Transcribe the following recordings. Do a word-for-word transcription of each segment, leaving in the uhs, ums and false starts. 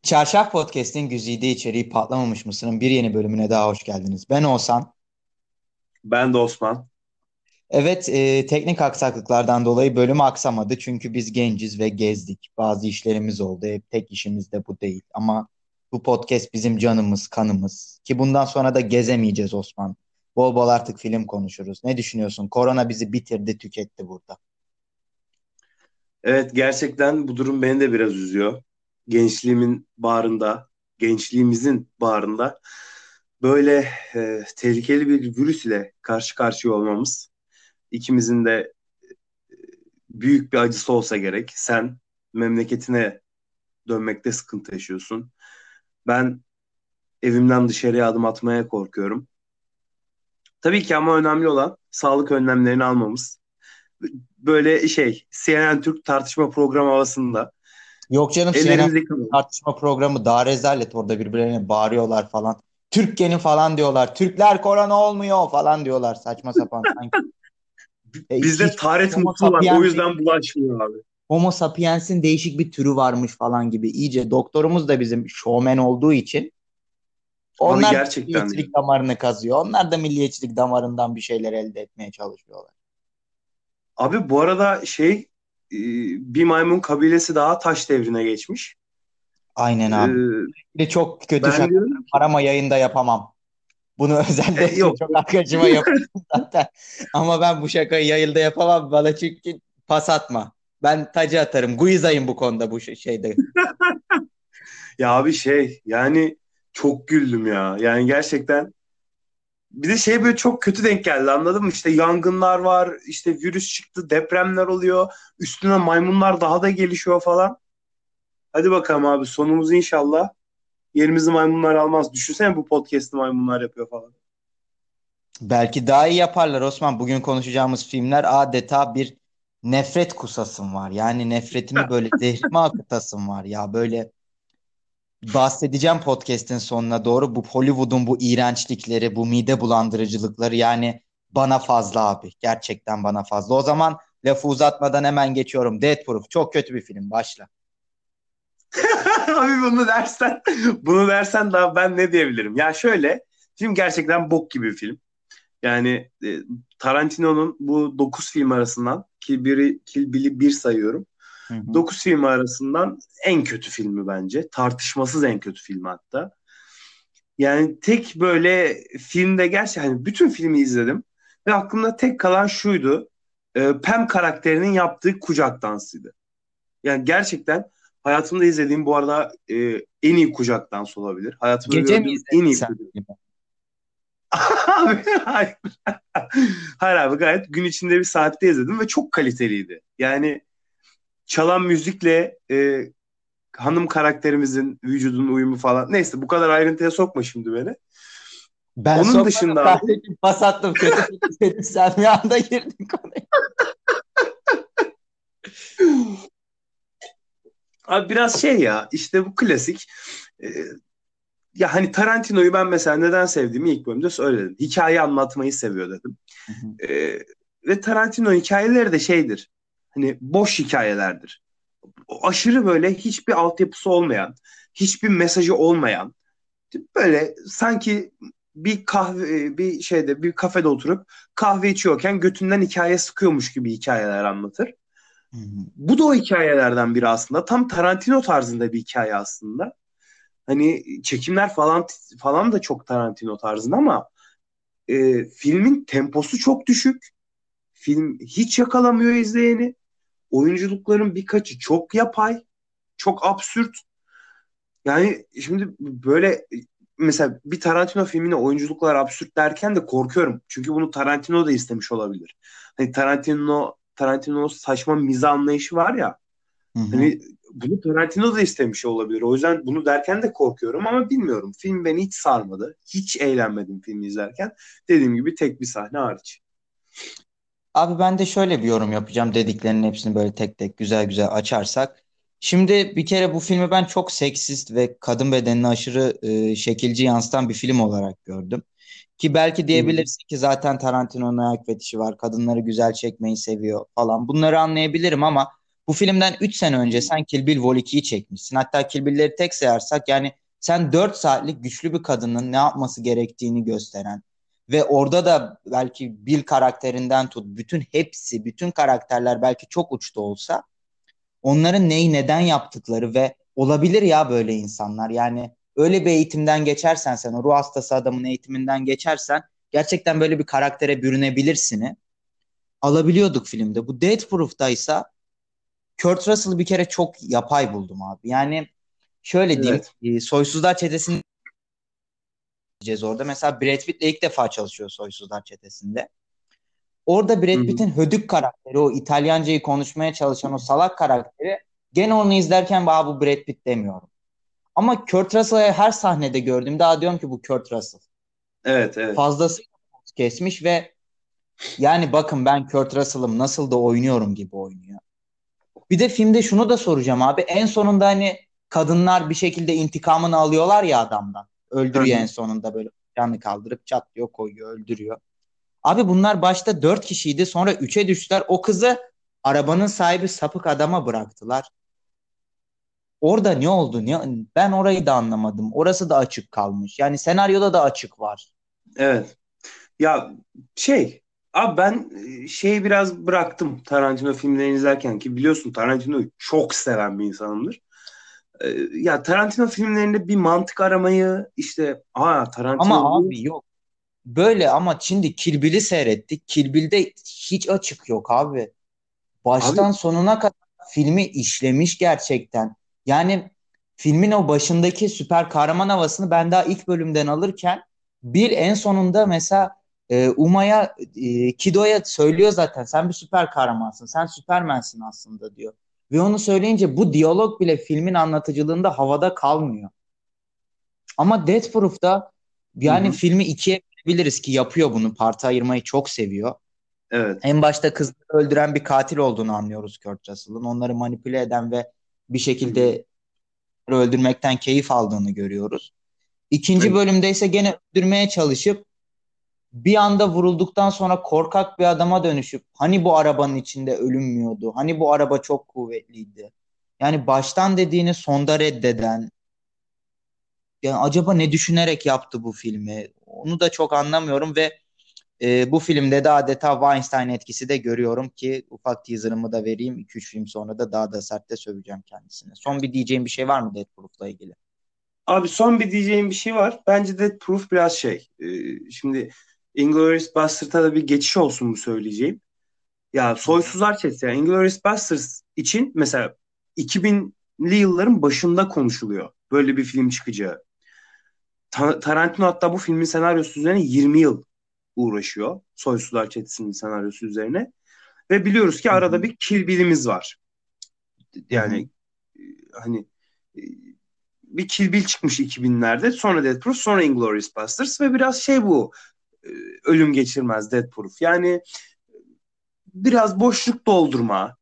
Çarşaf Podcast'in güzide içeriği patlamamış mısırın bir yeni bölümüne daha hoş geldiniz. Ben Oğuzhan. Ben de Osman. Evet, e, teknik aksaklıklardan dolayı bölüm aksamadı. Çünkü biz genciz ve gezdik. Bazı işlerimiz oldu. Hep tek işimiz de bu değil. Ama bu podcast bizim canımız, kanımız. Ki bundan sonra da gezemeyeceğiz Osman. Bol bol artık film konuşuruz. Ne düşünüyorsun? Korona bizi bitirdi, tüketti burada. Evet, gerçekten bu durum beni de biraz üzüyor. Gençliğimin bağrında, gençliğimizin bağrında böyle e, tehlikeli bir virüs ile karşı karşıya olmamız ikimizin de büyük bir acısı olsa gerek. Sen memleketine dönmekte sıkıntı yaşıyorsun. Ben evimden dışarıya adım atmaya korkuyorum. Tabii ki ama önemli olan sağlık önlemlerini almamız. Böyle şey, C N N Türk tartışma programı havasında Yok canım, C N N ellerimizi yıkamayız. tartışma programı daha rezalet, orada birbirlerine bağırıyorlar falan. Türkiye'nin falan diyorlar. Türkler korona olmuyor falan diyorlar saçma sapan. Sanki e, Bizde hiç taharet Homo musluğu var. O sapiens, yüzden bulaşmıyor abi. Homo sapiens'in değişik bir türü varmış falan gibi. İyice doktorumuz da bizim şovmen olduğu için Abi onlar da gerçekten milliyetçilik yani. damarını kazıyor. Onlar da milliyetçilik damarından bir şeyler elde etmeye çalışıyorlar. Abi bu arada şey e, bir maymun kabilesi daha taş devrine geçmiş. Aynen abi. E, Bir de çok kötü ben şaka. diyorum ki Arama yayında yapamam. Bunu özel e, dostum yok. çok arkadaşıma yapıyorum zaten. Ama ben bu şakayı yayında yapamam. Bana çünkü pas atma. Ben tacı atarım. Guizayım bu konuda, bu şey- şeyde. Ya abi şey yani çok güldüm ya. Yani gerçekten bir de şey böyle çok kötü denk geldi, anladın mı? İşte yangınlar var, işte virüs çıktı, depremler oluyor. Üstüne maymunlar daha da gelişiyor falan. Hadi bakalım abi, sonumuz inşallah yerimizi maymunlar almaz. Düşünsene bu podcast'ı maymunlar yapıyor falan. Belki daha iyi yaparlar Osman. Bugün konuşacağımız filmler adeta bir nefret kusasım var. Yani nefretimi böyle zehrime akıtasım var. Ya böyle bahsedeceğim podcast'in sonuna doğru, bu Hollywood'un bu iğrençlikleri, bu mide bulandırıcılıkları yani bana fazla abi. Gerçekten bana fazla. O zaman lafı uzatmadan hemen geçiyorum. Death Proof çok kötü bir film. Başla. Abi bunu dersen, bunu dersen daha ben ne diyebilirim? Ya şöyle, film gerçekten bok gibi bir film. Yani e, Tarantino'nun bu dokuz film arasından ki biri Kill Bill'i bir sayıyorum. Hı hı. Dokuz film arasından en kötü filmi bence. Tartışmasız en kötü filmi hatta. Yani tek böyle filmde gerçekten hani bütün filmi izledim ve aklımda tek kalan şuydu. E, Pam karakterinin yaptığı kucak dansıydı. Yani gerçekten hayatımda izlediğim, bu arada e, en iyi kucak dansı olabilir. Hayatımda Gece mi gördüğüm en izledin iyi sen kucak. filmi? Abi, hayır. Hayır abi, gayet gün içinde bir saatte izledim ve çok kaliteliydi. Yani çalan müzikle e, hanım karakterimizin vücudunun uyumu falan. Neyse, bu kadar ayrıntıya sokma şimdi beni. Ben Onun sokmadım dışında abi, kardeşim. Pas attım. Kötü film izledin. Sen bir anda girdin konuya. abi biraz şey ya, işte bu klasik e, ya hani Tarantino'yu ben mesela neden sevdiğimi ilk bölümde söyledim. Hikaye anlatmayı seviyor dedim. Hı hı. E, ve Tarantino hikayeleri de şeydir. Hani boş hikayelerdir. O aşırı böyle hiçbir altyapısı olmayan, hiçbir mesajı olmayan, böyle sanki bir kahve bir şeyde bir kafede oturup kahve içiyorken götünden hikaye sıkıyormuş gibi hikayeler anlatır. Hı hı. Bu da o hikayelerden biri aslında. Tam Tarantino tarzında bir hikaye aslında. Hani çekimler falan falan da çok Tarantino tarzında ama e, filmin temposu çok düşük. Film hiç yakalamıyor izleyeni. Oyunculukların birkaçı çok yapay, çok absürt. Yani şimdi böyle mesela bir Tarantino filmine oyunculuklar absürt derken de korkuyorum. Çünkü bunu Tarantino da istemiş olabilir. Hani Tarantino Tarantino'nun saçma mizah anlayışı var ya. Hı hı. Hani bunu Tarantino da istemiş olabilir. O yüzden bunu derken de korkuyorum ama bilmiyorum. Film beni hiç sarmadı. Hiç eğlenmedim filmi izlerken. Dediğim gibi tek bir sahne hariç. Abi ben de şöyle bir yorum yapacağım, dediklerinin hepsini böyle tek tek güzel güzel açarsak. Şimdi bir kere bu filmi ben çok seksist ve kadın bedenini aşırı e, şekilci yansıtan bir film olarak gördüm. Ki belki Hı hı. diyebilirsin ki zaten Tarantino'nun ayak fetişi var. Kadınları güzel çekmeyi seviyor falan. Bunları anlayabilirim ama Bu filmden üç sene önce sen Kill Bill Vol ikiyi çekmişsin. Hatta Kill Bill'leri tek sayarsak yani sen dört saatlik güçlü bir kadının ne yapması gerektiğini gösteren ve orada da belki Bill karakterinden tut bütün hepsi, bütün karakterler belki çok uçta olsa onların neyi neden yaptıkları ve olabilir ya böyle insanlar. Yani öyle bir eğitimden geçersen sen o ruh hastası adamın eğitiminden geçersen gerçekten böyle bir karaktere bürünebilirsini alabiliyorduk filmde. Bu Death Proof'taysa Kurt Russell'ı bir kere çok yapay buldum abi. Yani şöyle diyeyim, Evet. e, Soysuzlar Çetesi'ni diyeceğiz orada. Mesela Brad Pitt'le ilk defa çalışıyor Soysuzlar Çetesi'nde. Orada Hı Brad hı. Pitt'in hödük karakteri, o İtalyancayı konuşmaya çalışan o salak karakteri gene onu izlerken "Aa, bu Brad Pitt" demiyorum. Ama Kurt Russell'ı her sahnede gördüğümde daha diyorum ki bu Kurt Russell. Evet, evet. Fazlasıyla kesmiş ve yani bakın ben Kurt Russell'ım nasıl da oynuyorum gibi oynuyor. Bir de filmde şunu da soracağım abi. En sonunda hani kadınlar bir şekilde intikamını alıyorlar ya adamdan. Hı Öldürüyor en hı. sonunda böyle canını kaldırıp çatlıyor koyuyor öldürüyor. Abi bunlar başta dört kişiydi sonra üçe düştüler. O kızı arabanın sahibi sapık adama bıraktılar. Orada ne oldu? Ne, ben orayı da anlamadım. Orası da açık kalmış. Yani senaryoda da açık var. Evet. Ya şey abi ben e, şeyi biraz bıraktım Tarantino filmlerini izlerken ki biliyorsun Tarantino'yu çok seven bir insanımdır. Ee, ya Tarantino filmlerinde bir mantık aramayı işte aa Tarantino Ama bu abi yok. Böyle ama şimdi Kill Bill'i seyrettik. Kill Bill'de hiç açık yok abi. abi Baştan sonuna kadar filmi işlemiş gerçekten. Yani filmin o başındaki süper kahraman havasını ben daha ilk bölümden alırken bir en sonunda mesela e, Uma'ya e, Kido'ya söylüyor zaten sen bir süper kahramansın. Sen Süpermensin aslında diyor. Ve onu söyleyince bu diyalog bile filmin anlatıcılığında havada kalmıyor. Ama Death Proof'ta hı yani hı, filmi ikiye bölebiliriz ki yapıyor bunu. Parti ayırmayı çok seviyor. evet. En başta kızları öldüren bir katil olduğunu anlıyoruz Kurt Russell'ın. Onları manipüle eden ve bir Hı hı. şekilde öldürmekten keyif aldığını görüyoruz. İkinci Hani, bölümde ise gene öldürmeye çalışıp bir anda vurulduktan sonra korkak bir adama dönüşüp hani bu arabanın içinde ölünmüyordu, hani bu araba çok kuvvetliydi. Yani baştan dediğini sonda reddeden, yani acaba ne düşünerek yaptı bu filmi? Onu da çok anlamıyorum ve e, bu filmde de adeta Weinstein etkisi de görüyorum ki ufak teaserımı da vereyim. iki üç film sonra da daha da sert de söveceğim kendisine. Son bir diyeceğim bir şey var mı Deadpool'la ilgili? abi son bir diyeceğim bir şey var. Bence de Proof biraz şey. e, şimdi Inglourious Basterds'a da bir geçiş olsun bu söyleyeceğim. Ya Hı hı. Soysuzlar Çetesi yani Inglourious Basterds için mesela iki binli yılların başında konuşuluyor. Böyle bir film çıkacağı. Ta- Tarantino hatta bu filmin senaryosu üzerine yirmi yıl uğraşıyor. Soysuzlar Çetesi'nin senaryosu üzerine. Ve biliyoruz ki Hı arada hı. bir Kill Bill'imiz var. Hı hı. Yani e, hani e, bir Kill Bill çıkmış iki binlerde. Sonra Death Proof, sonra Inglourious Basterds ve biraz şey bu e, ölüm geçirmez Death Proof. Yani biraz boşluk doldurma,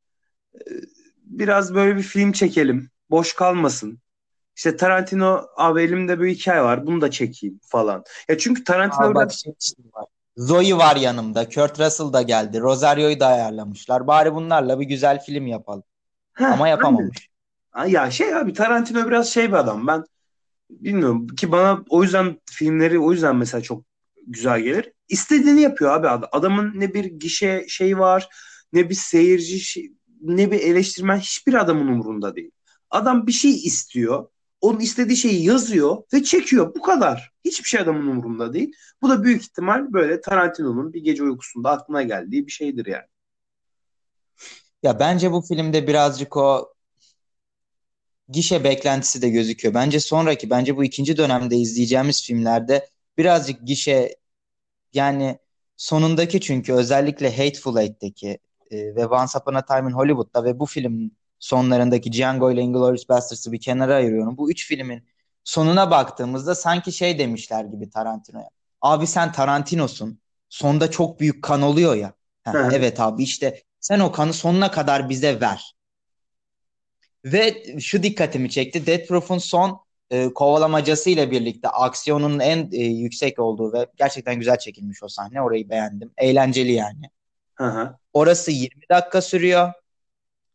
biraz böyle bir film çekelim, boş kalmasın. İşte Tarantino abi elimde bir hikaye var bunu da çekeyim falan. Ya çünkü Tarantino Aa, bak biraz şey işte var. Zoe var yanımda. Kurt Russell da geldi. Rosario'yu da ayarlamışlar. Bari bunlarla bir güzel film yapalım. heh, Ama aynen. yapamamış. Ya şey abi Tarantino biraz şey bir adam. Ben bilmiyorum ki bana o yüzden filmleri o yüzden mesela çok güzel gelir. İstediğini yapıyor abi adam. Adamın ne bir gişe şey var, ne bir seyirci şey- ne bir eleştirmen hiçbir adamın umurunda değil. Adam bir şey istiyor. Onun istediği şeyi yazıyor ve çekiyor. Bu kadar. Hiçbir şey adamın umurunda değil. Bu da büyük ihtimal böyle Tarantino'nun bir gece uykusunda aklına geldiği bir şeydir yani. Ya bence bu filmde birazcık o gişe beklentisi de gözüküyor. Bence sonraki, bence bu ikinci dönemde izleyeceğimiz filmlerde birazcık gişe yani sonundaki çünkü özellikle Hateful Eight'teki e, ve Once Upon a Time in Hollywood'da ve bu filmin sonlarındaki Django ile Inglourious Basterds'ı bir kenara ayırıyorum. Bu üç filmin sonuna baktığımızda sanki şey demişler gibi Tarantino'ya. Abi sen Tarantino'sun. Sonda çok büyük kan oluyor ya. Heh, Hı hı. evet abi işte sen o kanı sonuna kadar bize ver. Ve şu dikkatimi çekti. Death Proof'un son e, kovalamacası ile birlikte aksiyonun en e, yüksek olduğu ve gerçekten güzel çekilmiş o sahne. Orayı beğendim. Eğlenceli yani. Hı hı. Orası yirmi dakika sürüyor.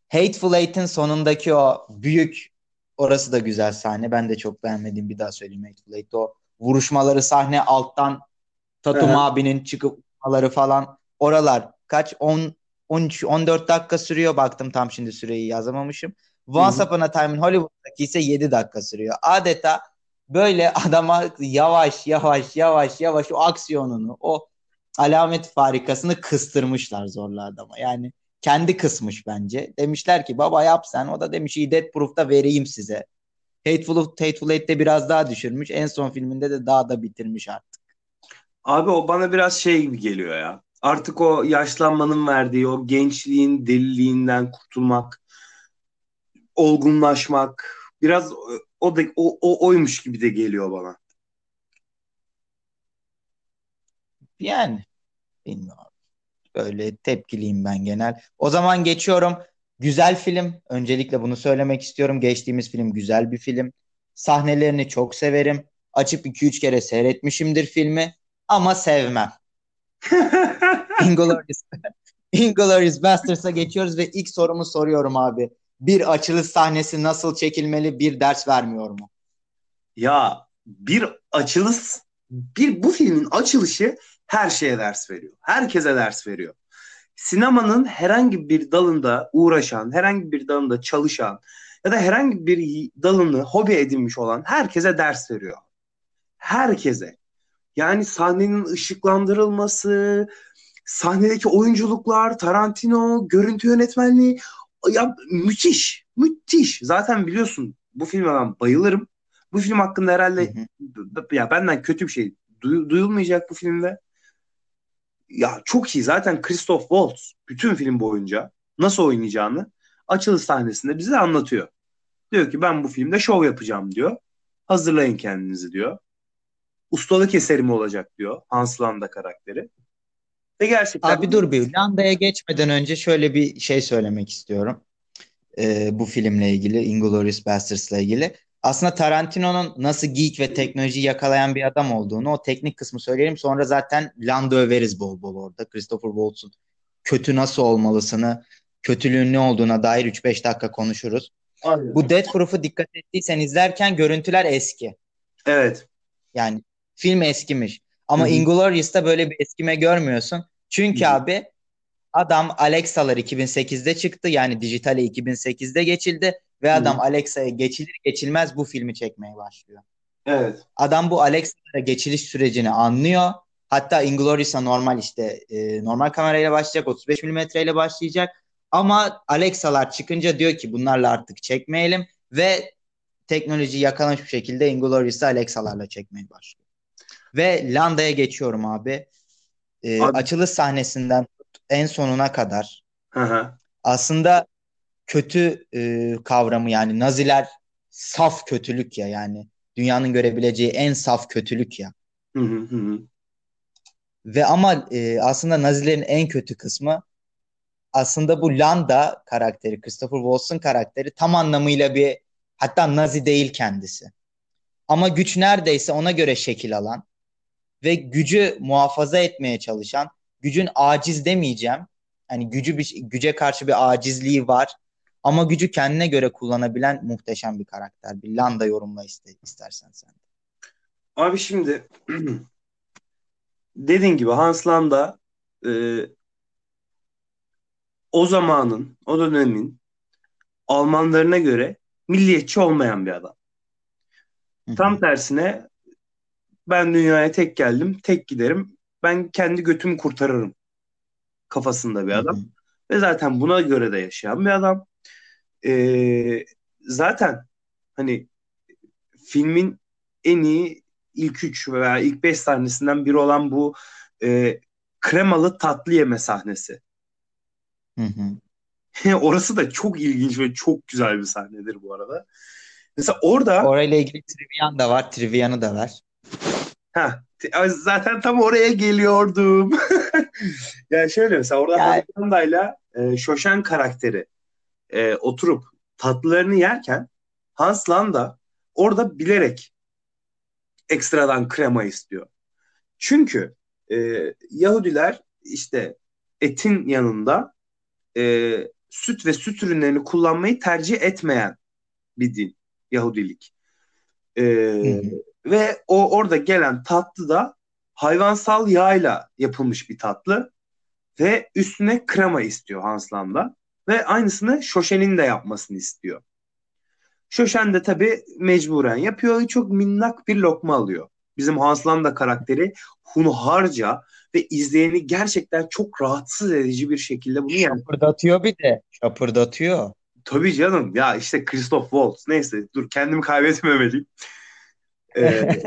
Hateful Eight'in sonundaki o büyük, orası da güzel sahne. Ben de çok beğenmedim, bir daha söyleyeyim Hateful Eight. O vuruşmaları, sahne alttan Hı Tatum hı. abinin çıkıp vurmaları falan, oralar kaç on on üç on dört dakika sürüyor, baktım tam şimdi süreyi yazamamışım. Hı Once hı. Upon a Time in Hollywood'daki ise yedi dakika sürüyor. Adeta böyle adama yavaş yavaş yavaş yavaş o aksiyonunu, o alamet farikasını kıstırmışlar zorla adama. Yani kendi kısmış bence. Demişler ki baba yap sen. O da demiş iyi, Death Proof'ta vereyim size. Hateful, Hateful Eight'te biraz daha düşürmüş. En son filminde de daha da bitirmiş artık. Abi o bana biraz şey gibi geliyor ya. Artık o yaşlanmanın verdiği o gençliğin deliliğinden kurtulmak, olgunlaşmak biraz o da o, o oymuş gibi de geliyor bana. Yani bilmiyorum. Böyle tepkiliyim ben genel. O zaman geçiyorum. Güzel film. Öncelikle bunu söylemek istiyorum. Geçtiğimiz film güzel bir film. Sahnelerini çok severim. Açıp iki üç kere seyretmişimdir filmi. Ama sevmem. Inglourious, Inglourious Basterds'a geçiyoruz ve ilk sorumu soruyorum abi. Bir açılış sahnesi nasıl çekilmeli, bir ders vermiyor mu? Ya bir açılış bir bu filmin açılışı her şeye ders veriyor. Herkese ders veriyor. Sinemanın herhangi bir dalında uğraşan, herhangi bir dalında çalışan ya da herhangi bir dalını hobi edinmiş olan herkese ders veriyor. Herkese. Yani sahnenin ışıklandırılması, sahnedeki oyunculuklar, Tarantino, görüntü yönetmenliği ya müthiş, müthiş. Zaten biliyorsun bu filme ben bayılırım. Bu film hakkında Hı herhalde hı. ya benden kötü bir şey duy- duyulmayacak bu filmde. Ya çok iyi. Zaten Christoph Waltz bütün film boyunca nasıl oynayacağını açılış sahnesinde bize anlatıyor. Diyor ki ben bu filmde şov yapacağım diyor. Hazırlayın kendinizi diyor. Ustalık eseri mi olacak diyor Hans Landa karakteri. Ve gerçekten Abi dur, bir Landa'ya geçmeden önce şöyle bir şey söylemek istiyorum. Ee, bu filmle ilgili, Inglourious Basterds'la ilgili. Aslında Tarantino'nun nasıl geek ve teknolojiyi yakalayan bir adam olduğunu, o teknik kısmı söyleyelim. Sonra zaten Lando överiz bol bol orada. Christopher Waltz'un kötü nasıl olmalısını, kötülüğün ne olduğuna dair üç beş dakika konuşuruz. aynen. Bu Death Proof'u dikkat ettiysen izlerken görüntüler eski. Evet. Yani film eskimiş. Hı Ama hı. Inglourious'ta böyle bir eskime görmüyorsun. Hı Çünkü hı. abi adam Alexa'lar iki bin sekizde çıktı. Yani dijitale iki bin sekizde geçildi. Ve Hı adam hı. Alexa'ya geçilir geçilmez bu filmi çekmeye başlıyor. Evet. Adam bu Alexa'lara geçiliş sürecini anlıyor. Hatta Inglorious'a normal işte e, normal kamerayla başlayacak. otuz beş milimetreyle başlayacak. Ama Alexa'lar çıkınca diyor ki bunlarla artık çekmeyelim. Ve teknoloji yakalamış bir şekilde Inglorious'ı Alexa'larla çekmeye başlıyor. Ve Landa'ya geçiyorum abi. E, Abi. açılış sahnesinden en sonuna kadar Hı hı. aslında kötü e, kavramı, yani Naziler saf kötülük ya, yani dünyanın görebileceği en saf kötülük ya. Hı hı. Hı hı. Ve ama e, aslında Nazilerin en kötü kısmı aslında bu Landa karakteri, Christopher Waltz'ın karakteri tam anlamıyla bir, hatta Nazi değil kendisi. Ama güç neredeyse ona göre şekil alan ve gücü muhafaza etmeye çalışan, gücün aciz demeyeceğim. Hani gücü bir, güce karşı bir acizliği var. Ama gücü kendine göre kullanabilen muhteşem bir karakter. Bir Landa yorumla iste, istersen sen. Abi şimdi dediğin gibi Hans Landa e, o zamanın, o dönemin Almanlarına göre milliyetçi olmayan bir adam. Hı Tam hı, tersine ben dünyaya tek geldim, tek giderim. Ben kendi götümü kurtarırım kafasında bir hı adam. hı, Ve zaten buna göre de yaşayan bir adam. E, zaten hani filmin en iyi ilk üç veya ilk beş sahnesinden biri olan bu e, kremalı tatlı yeme sahnesi. hı hı. Orası da çok ilginç ve çok güzel bir sahnedir bu arada. Mesela orada Orayla ilgili trivyan da var. Trivyanı da ver. ha zaten tam oraya geliyordum. Yani şöyle mesela orada Hans Yani, Landa'yla e, Şoşen karakteri e, oturup tatlılarını yerken Hans Landa orada bilerek ekstradan krema istiyor. Çünkü e, Yahudiler işte etin yanında e, süt ve süt ürünlerini kullanmayı tercih etmeyen bir din Yahudilik. Hı Ee, hı. Ve o orada gelen tatlı da hayvansal yağla yapılmış bir tatlı ve üstüne krema istiyor Hans Landa ve aynısını Şoşen'in de yapmasını istiyor. Şoşen de tabii mecburen yapıyor. Çok minnak bir lokma alıyor. Bizim Hans Landa karakteri hunharca ve izleyeni gerçekten çok rahatsız edici bir şekilde bunu yansıtıyor. Şapırdatıyor bir de. Şapırdatıyor. Tabii canım ya işte Christoph Waltz neyse dur kendimi kaybetmemeliyim. Ee,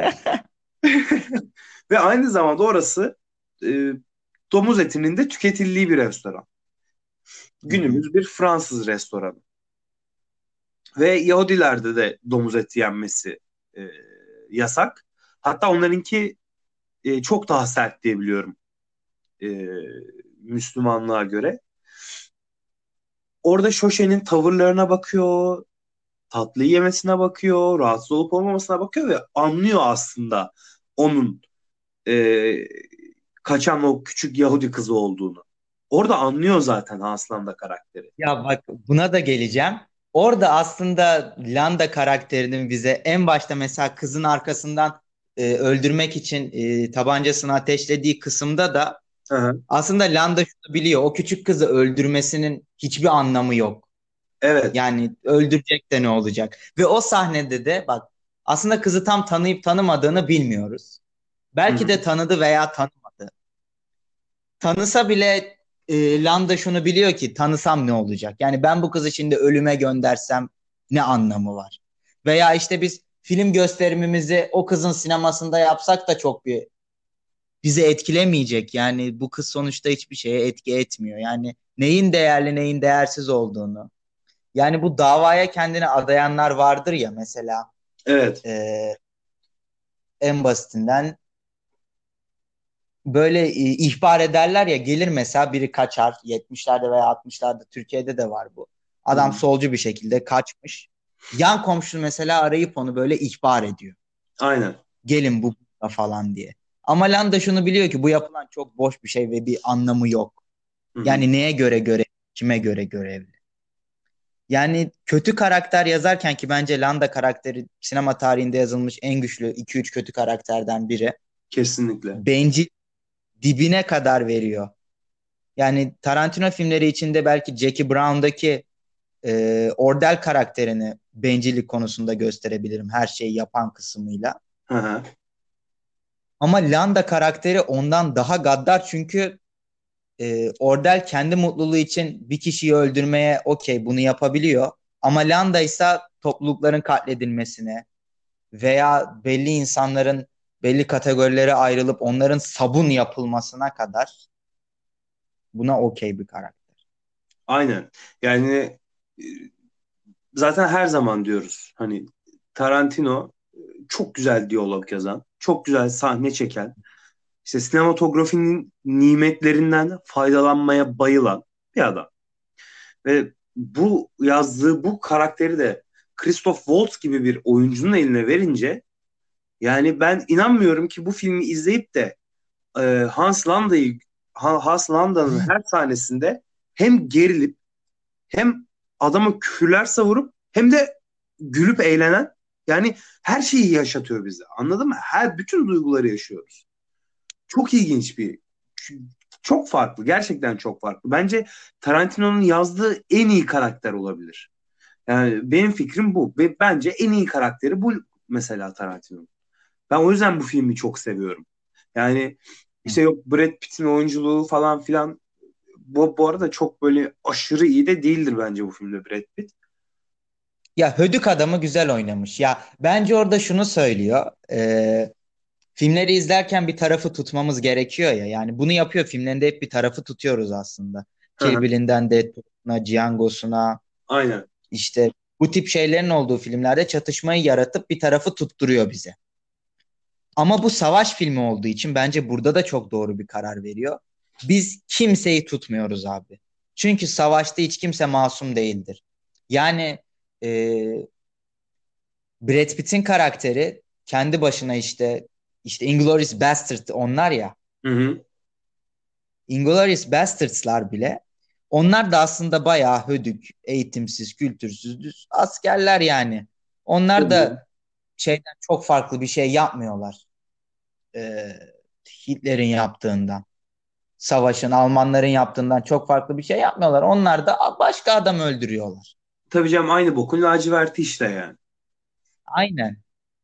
Ve aynı zamanda orası e, domuz etinin de tüketildiği bir restoran. Hı hı. Günümüz bir Fransız restoranı. Ve Yahudilerde de domuz eti yenmesi e, yasak. Hatta onlarınki e, çok daha sert diye biliyorum e, Müslümanlığa göre. Orada Şoşe'nin tavırlarına bakıyor, tatlıyı yemesine bakıyor, rahatsız olup olmamasına bakıyor ve anlıyor aslında onun e, kaçan o küçük Yahudi kızı olduğunu. Orada anlıyor zaten Aslan da karakteri. Ya bak buna da geleceğim. Orada aslında Landa karakterinin bize en başta mesela kızın arkasından e, öldürmek için e, tabancasını ateşlediği kısımda da Hı hı. aslında Landa şunu biliyor. O küçük kızı öldürmesinin hiçbir anlamı yok. Evet. Yani öldürecek de ne olacak? Ve o sahnede de bak aslında kızı tam tanıyıp tanımadığını bilmiyoruz. Hı Belki hı. de tanıdı veya tanımadı. Tanısa bile e, Landa şunu biliyor ki tanısam ne olacak? Yani ben bu kızı şimdi ölüme göndersem ne anlamı var? Veya işte biz film gösterimimizi o kızın sinemasında yapsak da çok bir bizi etkilemeyecek. Yani bu kız sonuçta hiçbir şeye etki etmiyor. Yani neyin değerli neyin değersiz olduğunu. Yani bu davaya kendini adayanlar vardır ya mesela Evet. e, en basitinden böyle e, ihbar ederler ya gelir mesela biri kaçar yetmişlerde veya altmışlarda Türkiye'de de var bu. Hı Adam hı. solcu bir şekilde kaçmış. Yan komşu mesela arayıp onu böyle ihbar ediyor. Aynen. Gelin bu falan diye. Ama Landa şunu biliyor ki bu yapılan çok boş bir şey ve bir anlamı yok. Hı hı. Yani neye göre göre, kime göre görevli. Yani kötü karakter yazarken ki bence Landa karakteri sinema tarihinde yazılmış en güçlü iki üç kötü karakterden biri. Kesinlikle. Bencil dibine kadar veriyor. Yani Tarantino filmleri içinde belki Jackie Brown'daki e, Ordell karakterini bencillik konusunda gösterebilirim her şeyi yapan kısmıyla. Hı hı. Ama Landa karakteri ondan daha gaddar çünkü e, Ordell kendi mutluluğu için bir kişiyi öldürmeye okey bunu yapabiliyor. Ama Landa ise toplulukların katledilmesine veya belli insanların belli kategorilere ayrılıp onların sabun yapılmasına kadar buna okey bir karakter. Aynen. Yani e, zaten her zaman diyoruz hani Tarantino e, çok güzel diyalog yazan, çok güzel sahne çeken, işte sinematografinin nimetlerinden faydalanmaya bayılan bir adam. Ve bu yazdığı bu karakteri de Christoph Waltz gibi bir oyuncunun eline verince yani ben inanmıyorum ki bu filmi izleyip de e, Hans Landa'yı Ha- Hans Landa'nın her sahnesinde hem gerilip hem adama küfürler savurup hem de gülüp eğlenen yani her şeyi yaşatıyor bize. Anladın mı? Her bütün duyguları yaşıyoruz. Çok ilginç bir çok farklı. Gerçekten çok farklı. Bence Tarantino'nun yazdığı en iyi karakter olabilir. Yani benim fikrim bu. Ve bence en iyi karakteri bu mesela Tarantino'nun. Ben o yüzden bu filmi çok seviyorum. Yani işte yok Brad Pitt'in oyunculuğu falan filan bu, bu arada çok böyle aşırı iyi de değildir bence bu filmde Brad Pitt. Ya Hödük adamı güzel oynamış. Ya bence orada şunu söylüyor. e, filmleri izlerken bir tarafı tutmamız gerekiyor ya. Yani bunu yapıyor filmlerinde hep bir tarafı tutuyoruz aslında. Hı Kill hı. Bill'inden Deadpool'una, Django'suna Aynen. işte bu tip şeylerin olduğu filmlerde çatışmayı yaratıp bir tarafı tutturuyor bize. Ama bu savaş filmi olduğu için bence burada da çok doğru bir karar veriyor. Biz kimseyi tutmuyoruz abi. Çünkü savaşta hiç kimse masum değildir. Yani e, Brad Pitt'in karakteri kendi başına işte işte Inglourious Bastard onlar ya. Hı hı. Inglourious Bastards'lar bile Onlar da aslında bayağı hödük, eğitimsiz, kültürsüz düz askerler yani. Onlar Tabii canım. da şeyden çok farklı bir şey yapmıyorlar. Ee, Hitler'in yaptığından. Savaşın, Almanların yaptığından çok farklı bir şey yapmıyorlar. Onlar da başka adam öldürüyorlar. Tabii canım, aynı bokun laciverti işte yani. Aynen.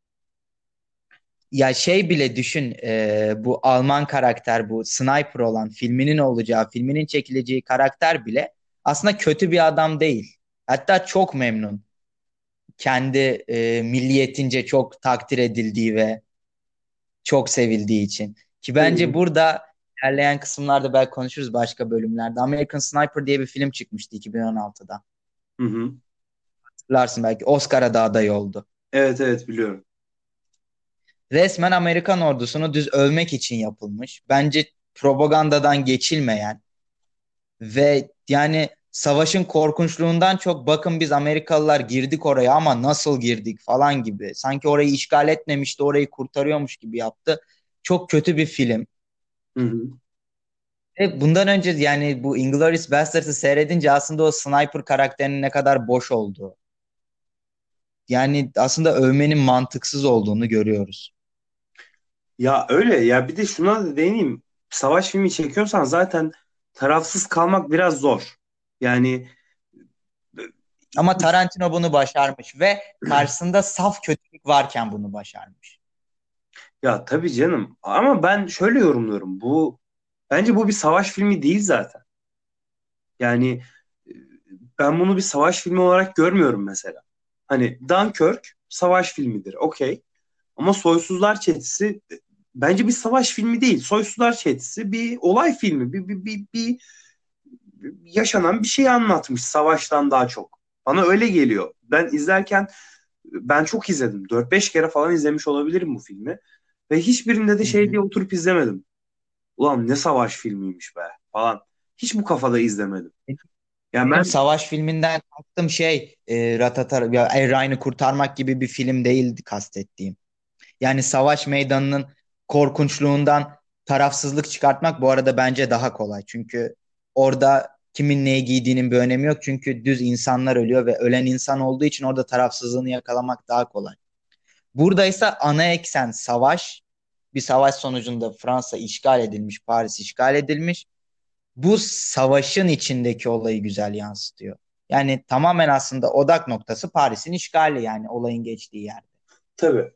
Ya şey bile düşün, e, bu Alman karakter, bu sniper olan filminin olacağı, filminin çekileceği karakter bile aslında kötü bir adam değil. Hatta çok memnun. Kendi e, milliyetince çok takdir edildiği ve çok sevildiği için. Ki Tabii bence canım. burada ilerleyen kısımlarda belki konuşuruz başka bölümlerde. American Sniper diye bir film çıkmıştı iki bin on altıda. Hı hı. Hatırlarsın belki, Oscar'a da aday oldu. Evet, evet, biliyorum. Resmen Amerikan ordusunu düz övmek için yapılmış. Bence propagandadan geçilmeyen ve yani savaşın korkunçluğundan çok bakın biz Amerikalılar girdik oraya ama nasıl girdik falan gibi. Sanki orayı işgal etmemişti, orayı kurtarıyormuş gibi yaptı. Çok kötü bir film. Hı hı. Ve bundan önce yani bu Inglourious Basterds'ı seyredince aslında o sniper karakterinin ne kadar boş olduğu. Yani aslında övmenin mantıksız olduğunu görüyoruz. Ya öyle ya, bir de şuna da değineyim. Savaş filmi çekiyorsan zaten tarafsız kalmak biraz zor. Yani Ama Tarantino bunu başarmış ve karşısında saf kötülük varken bunu başarmış. ya tabii canım, ama ben şöyle yorumluyorum. Bu bence bu bir savaş filmi değil zaten. Yani e, ben bunu bir savaş filmi olarak görmüyorum mesela. Hani Dunkirk savaş filmidir, okey. Ama Soysuzlar Çetesi e, bence bir savaş filmi değil. Soysuzlar Çetesi bir olay filmi, bir, bir, bir, bir yaşanan bir şey anlatmış savaştan daha çok. Bana öyle geliyor. Ben izlerken ben çok izledim. Dört beş kere falan izlemiş olabilirim bu filmi. Ve hiçbirinde de Hı şey hı. diye oturup izlemedim. Ulan ne savaş filmiymiş be falan. Hiç bu kafada izlemedim. Yani Benim ben savaş filminden kastım şey, e, Ratatar ya Er Ryan'ı kurtarmak gibi bir film değildi kastettiğim. Yani savaş meydanının korkunçluğundan tarafsızlık çıkartmak bu arada bence daha kolay. Çünkü orada kimin neyi giydiğinin bir önemi yok. Çünkü düz insanlar ölüyor ve ölen insan olduğu için orada tarafsızlığını yakalamak daha kolay. Burada ise ana eksen savaş. Bir savaş sonucunda Fransa işgal edilmiş, Paris işgal edilmiş. Bu savaşın içindeki olayı güzel yansıtıyor. Yani tamamen aslında odak noktası Paris'in işgali, yani olayın geçtiği yerde. tabii.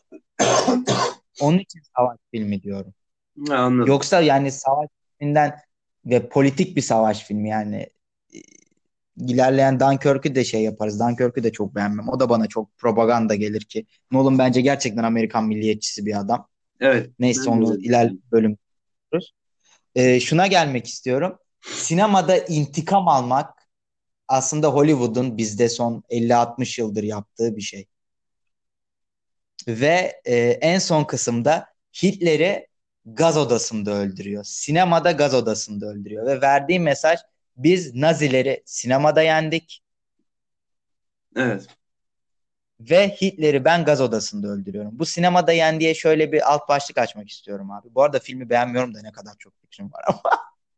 Onun için savaş filmi diyorum. Ha, anladım. Yoksa yani savaş filminden ve politik bir savaş filmi yani, e, ilerleyen Dunkirk'ü de şey yaparız. Dunkirk'ü de çok beğenmem. O da bana çok propaganda gelir ki. Nolan bence gerçekten Amerikan milliyetçisi bir adam. Evet. Neyse, Ben de onu öyle ilerleyen düşünüyorum. bölüm konuşuruz. Ee, şuna gelmek istiyorum. Sinemada intikam almak aslında Hollywood'un bizde son elli altmış yıldır yaptığı bir şey. Ve e, en son kısımda Hitler'i gaz odasında öldürüyor. Sinemada gaz odasında öldürüyor. Ve verdiği mesaj, biz Nazileri sinemada yendik Evet. ve Hitler'i ben gaz odasında öldürüyorum. Bu sinemada yendiğe şöyle bir alt başlık açmak istiyorum abi. Bu arada filmi beğenmiyorum da ne kadar çok fikrim var ama.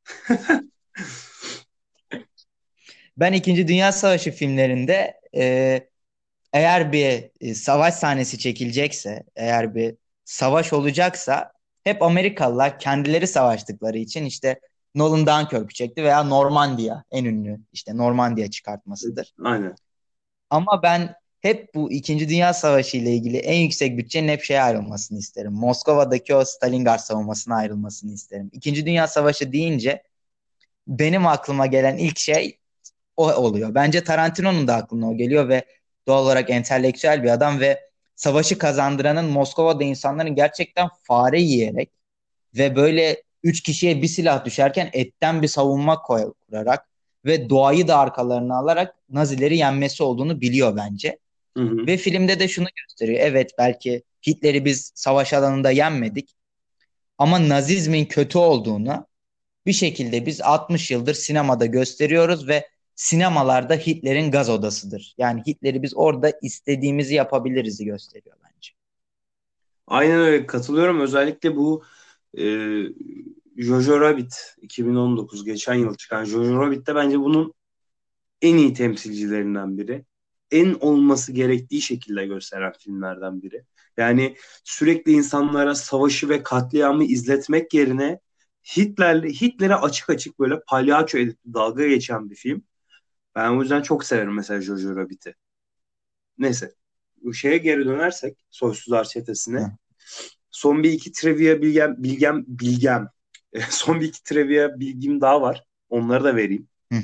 Ben İkinci Dünya Savaşı filmlerinde, e, eğer bir e, savaş sahnesi çekilecekse, eğer bir savaş olacaksa hep Amerikalılar kendileri savaştıkları için işte Nolan Dunkirk'ü çekti veya Normandiya en ünlü işte Normandiya çıkartmasıdır. Aynen. Ama ben hep bu İkinci Dünya Savaşı ile ilgili en yüksek bütçenin hep şeye ayrılmasını isterim. Moskova'daki o Stalingrad savunmasına ayrılmasını isterim. İkinci Dünya Savaşı deyince benim aklıma gelen ilk şey o oluyor. Bence Tarantino'nun da aklına o geliyor ve doğal olarak entelektüel bir adam ve savaşı kazandıranın Moskova'da insanların gerçekten fare yiyerek ve böyle üç kişiye bir silah düşerken etten bir savunma koy- kurarak ve doğayı da arkalarına alarak Nazileri yenmesi olduğunu biliyor bence. Hı hı. Ve filmde de şunu gösteriyor. Evet, belki Hitler'i biz savaş alanında yenmedik ama Nazizmin kötü olduğunu bir şekilde biz altmış yıldır sinemada gösteriyoruz ve sinemalarda Hitler'in gaz odasıdır. Yani Hitler'i biz orada istediğimizi yapabiliriz'i gösteriyor bence. Aynen öyle, katılıyorum. Özellikle bu e, Jojo Rabbit iki bin on dokuz geçen yıl çıkan Jojo Rabbit de bence bunun en iyi temsilcilerinden biri. En olması gerektiği şekilde gösteren filmlerden biri. Yani sürekli insanlara savaşı ve katliamı izletmek yerine Hitler'le Hitler'e açık açık böyle palyaço edip dalga geçen bir film. Ben o yüzden çok severim mesela Jojo Rabbit'i. Neyse. Bu şeye geri dönersek Soysuzlar Çetesi'ne. Hı. Son bir iki trivia bilgem bilgem bilgem. Son bir iki trivia bilgim daha var. Onları da vereyim. Hı.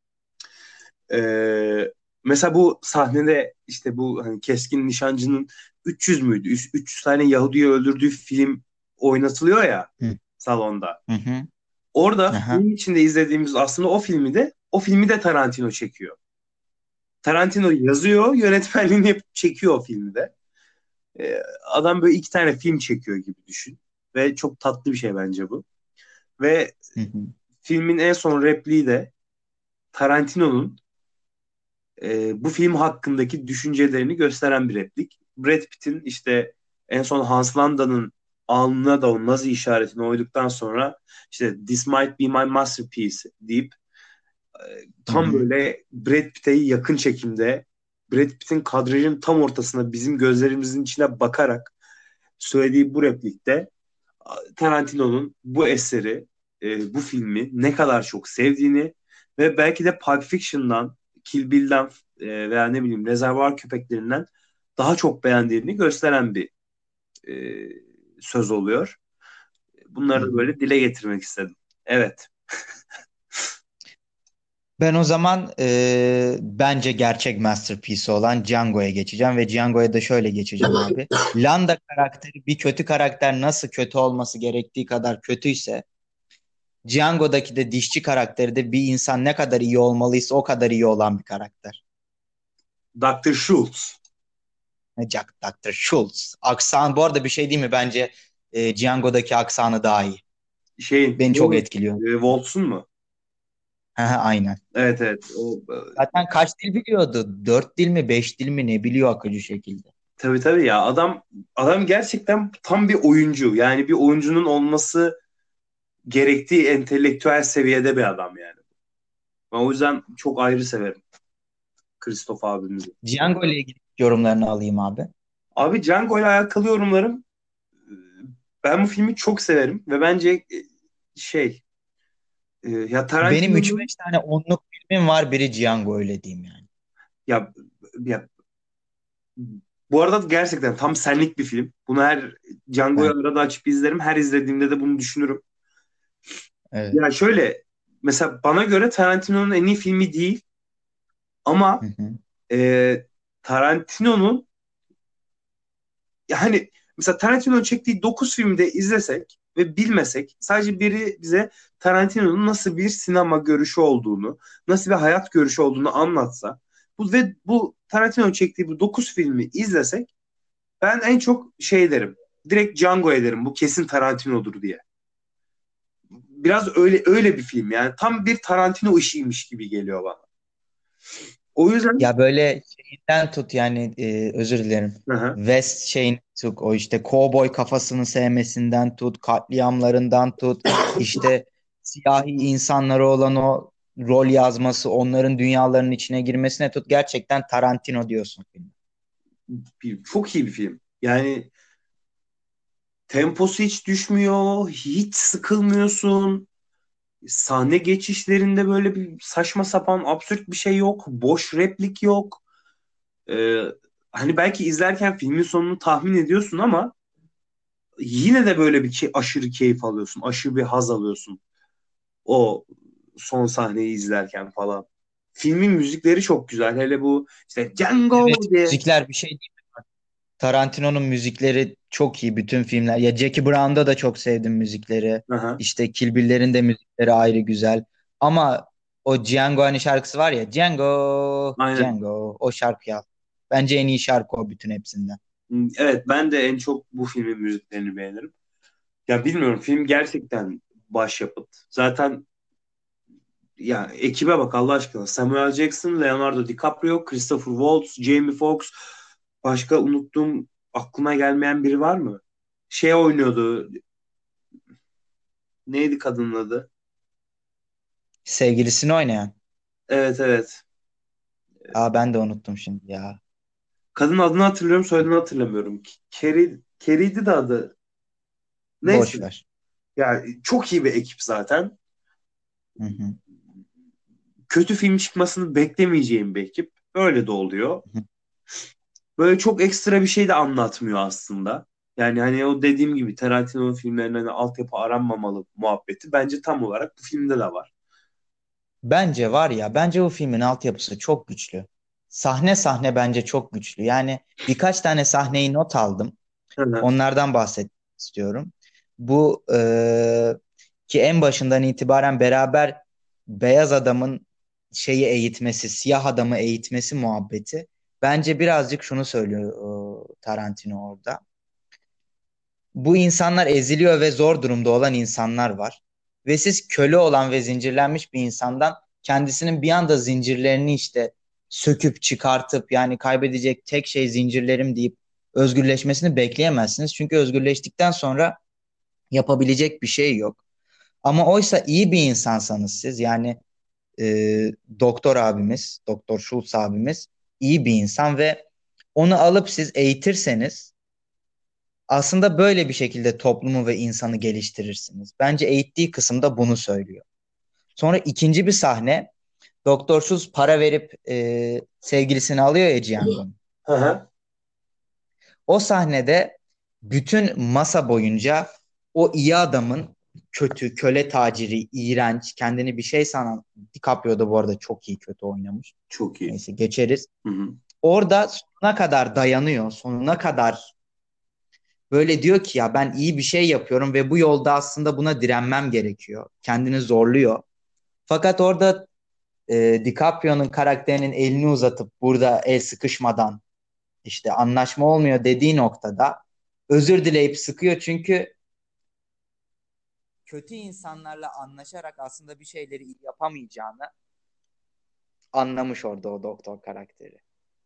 Ee, Mesela bu sahnede işte bu hani keskin nişancının üç yüz müydü? üç yüz tane Yahudi'yi öldürdüğü film oynatılıyor ya Hı. salonda. Hı hı. Orada Aha. film içinde izlediğimiz aslında o filmi de o filmi de Tarantino çekiyor. Tarantino yazıyor, yönetmenliğini yapıp çekiyor o filmi de. Ee, Adam böyle iki tane film çekiyor gibi düşün. Ve çok tatlı bir şey bence bu. Ve Hı hı. filmin en son repliği de Tarantino'nun e, bu film hakkındaki düşüncelerini gösteren bir replik. Brad Pitt'in işte en son Hans Landa'nın alnına da o Nazi işaretini oyduktan sonra işte "This might be my masterpiece" deyip e, Hı tam hı. böyle Brad Pitt'e yakın çekimde Brad Pitt'in kadrajın tam ortasına bizim gözlerimizin içine bakarak söylediği bu replikte Tarantino'nun bu eseri, e, bu filmi ne kadar çok sevdiğini ve belki de Pulp Fiction'dan, Kill Bill'den e, veya ne bileyim Rezervuar Köpeklerinden daha çok beğendiğini gösteren bir e, söz oluyor. Hı Bunları da hı. böyle dile getirmek istedim. Evet. Ben o zaman e, bence gerçek masterpiece olan Django'ya geçeceğim ve Django'ya da şöyle geçeceğim abi. Landa karakteri bir kötü karakter nasıl kötü olması gerektiği kadar kötüyse Django'daki de dişçi karakteri de bir insan ne kadar iyi olmalıysa o kadar iyi olan bir karakter. doktor Schultz Ne Jack doktor Schultz. Aksan bu arada bir şey değil mi? Bence e, Django'daki aksanı daha iyi. şeyin Beni çok neyin? etkiliyor. E, Waltz'un mu? Aha, aynen. Evet, evet. O, e, Zaten kaç dil biliyordu? Dört dil mi, beş dil mi ne biliyor akıcı şekilde. tabii tabii ya adam adam gerçekten tam bir oyuncu. Yani bir oyuncunun olması gerektiği entelektüel seviyede bir adam yani. Ben o yüzden çok ayrı severim Christoph abimizi. Django ile ilgili yorumlarını alayım abi. Abi Django ile alakalı yorumlarım, e, ben bu filmi çok severim ve bence e, şey e, ya Benim üç Tarantino'nun beş tane onluk filmim var. Biri Django öyle diyeyim yani. ya ya bu arada gerçekten tam senlik bir film. Bunu her Django'yu Ben, arada açıp izlerim. Her izlediğimde de bunu düşünürüm. evet. Ya şöyle mesela bana göre Tarantino'nun en iyi filmi değil Hı ama hı. e, Tarantino'nun yani mesela Tarantino'nun çektiği dokuz filmi de izlesek ve bilmesek sadece biri bize Tarantino'nun nasıl bir sinema görüşü olduğunu, nasıl bir hayat görüşü olduğunu anlatsa bu ve bu Tarantino'nun çektiği bu dokuz filmi izlesek ben en çok şey derim. Direkt Django ederim. Bu kesin Tarantino'dur diye. Biraz öyle öyle bir film yani. Tam bir Tarantino işiymiş gibi geliyor bana. O yüzden Ya böyle şeyinden tut yani e, özür dilerim. hı hı, West şeyin tut o işte kovboy kafasını sevmesinden tut, katliamlarından tut, işte siyahi insanlara olan o rol yazması, onların dünyalarının içine girmesine tut. Gerçekten Tarantino diyorsun film. bir, çok iyi bir film. Yani temposu hiç düşmüyor, hiç sıkılmıyorsun. Sahne geçişlerinde böyle bir saçma sapan absürt bir şey yok. Boş replik yok. Ee, Hani belki izlerken filmin sonunu tahmin ediyorsun ama yine de böyle bir ke- aşırı keyif alıyorsun. Aşırı bir haz alıyorsun. O son sahneyi izlerken falan. Filmin müzikleri çok güzel. Hele bu işte Evet, Django diye. müzikler bir şey değil. Tarantino'nun müzikleri çok iyi bütün filmler. Ya Jackie Brown'da da çok sevdim müzikleri. Aha, İşte Kill Bill'lerin de müzikleri ayrı güzel. Ama o Django hani şarkısı var ya Django, aynen. Django o şarkı ya. Bence en iyi şarkı o bütün hepsinden. Evet, ben de en çok bu filmin müziklerini beğenirim. Ya bilmiyorum, film gerçekten başyapıt. Zaten ya ekibe bak Allah aşkına. Samuel Jackson, Leonardo DiCaprio, Christopher Waltz, Jamie Foxx. Başka unuttuğum, aklıma gelmeyen biri var mı? Şey oynuyordu. Neydi kadının adı? Sevgilisini oynayan. Evet, evet. Aa, ben de unuttum şimdi ya. Kadın adını hatırlıyorum, soyadını hatırlamıyorum. Kerry, Kerry'di de adı. Neyse. Boş ver. Yani çok iyi bir ekip zaten. Hı hı. Kötü film çıkmasını beklemeyeceğim bir ekip. Öyle de oluyor. Hı. Böyle çok ekstra bir şey de anlatmıyor aslında. Yani hani o dediğim gibi Tarantino filmlerinde hani altyapı aranmamalı muhabbeti bence tam olarak bu filmde de var. Bence var ya, bence bu filmin altyapısı çok güçlü. Sahne sahne bence çok güçlü. Yani birkaç tane sahneyi not aldım. Hı hı. Onlardan bahsetmek istiyorum. Bu e, ki en başından itibaren beraber beyaz adamın şeyi eğitmesi, siyah adamı eğitmesi muhabbeti. Bence birazcık şunu söylüyor e, Tarantino orada. Bu insanlar eziliyor ve zor durumda olan insanlar var. Ve siz köle olan ve zincirlenmiş bir insandan kendisinin bir anda zincirlerini işte söküp çıkartıp, yani kaybedecek tek şey zincirlerim deyip özgürleşmesini bekleyemezsiniz. Çünkü özgürleştikten sonra yapabilecek bir şey yok. Ama oysa iyi bir insansanız siz, yani e, doktor abimiz, Doktor Schultz abimiz iyi bir insan ve onu alıp siz eğitirseniz aslında böyle bir şekilde toplumu ve insanı geliştirirsiniz. Bence eğittiği kısımda bunu söylüyor. Sonra ikinci bir sahne, doktorsuz para verip e, sevgilisini alıyor ya Django'nun. Hı hı. O sahnede bütün masa boyunca o iyi adamın kötü, köle taciri, iğrenç, kendini bir şey sanan, DiCaprio da bu arada çok iyi kötü oynamış. Çok iyi. Neyse, geçeriz. Hı hı. Orada sonuna kadar dayanıyor, sonuna kadar böyle diyor ki ya ben iyi bir şey yapıyorum ve bu yolda aslında buna direnmem gerekiyor. Kendini zorluyor. Fakat orada e, DiCaprio'nun karakterinin elini uzatıp burada el sıkışmadan işte anlaşma olmuyor dediği noktada özür dileyip sıkıyor. Çünkü kötü insanlarla anlaşarak aslında bir şeyleri iyi yapamayacağını anlamış orada o doktor karakteri.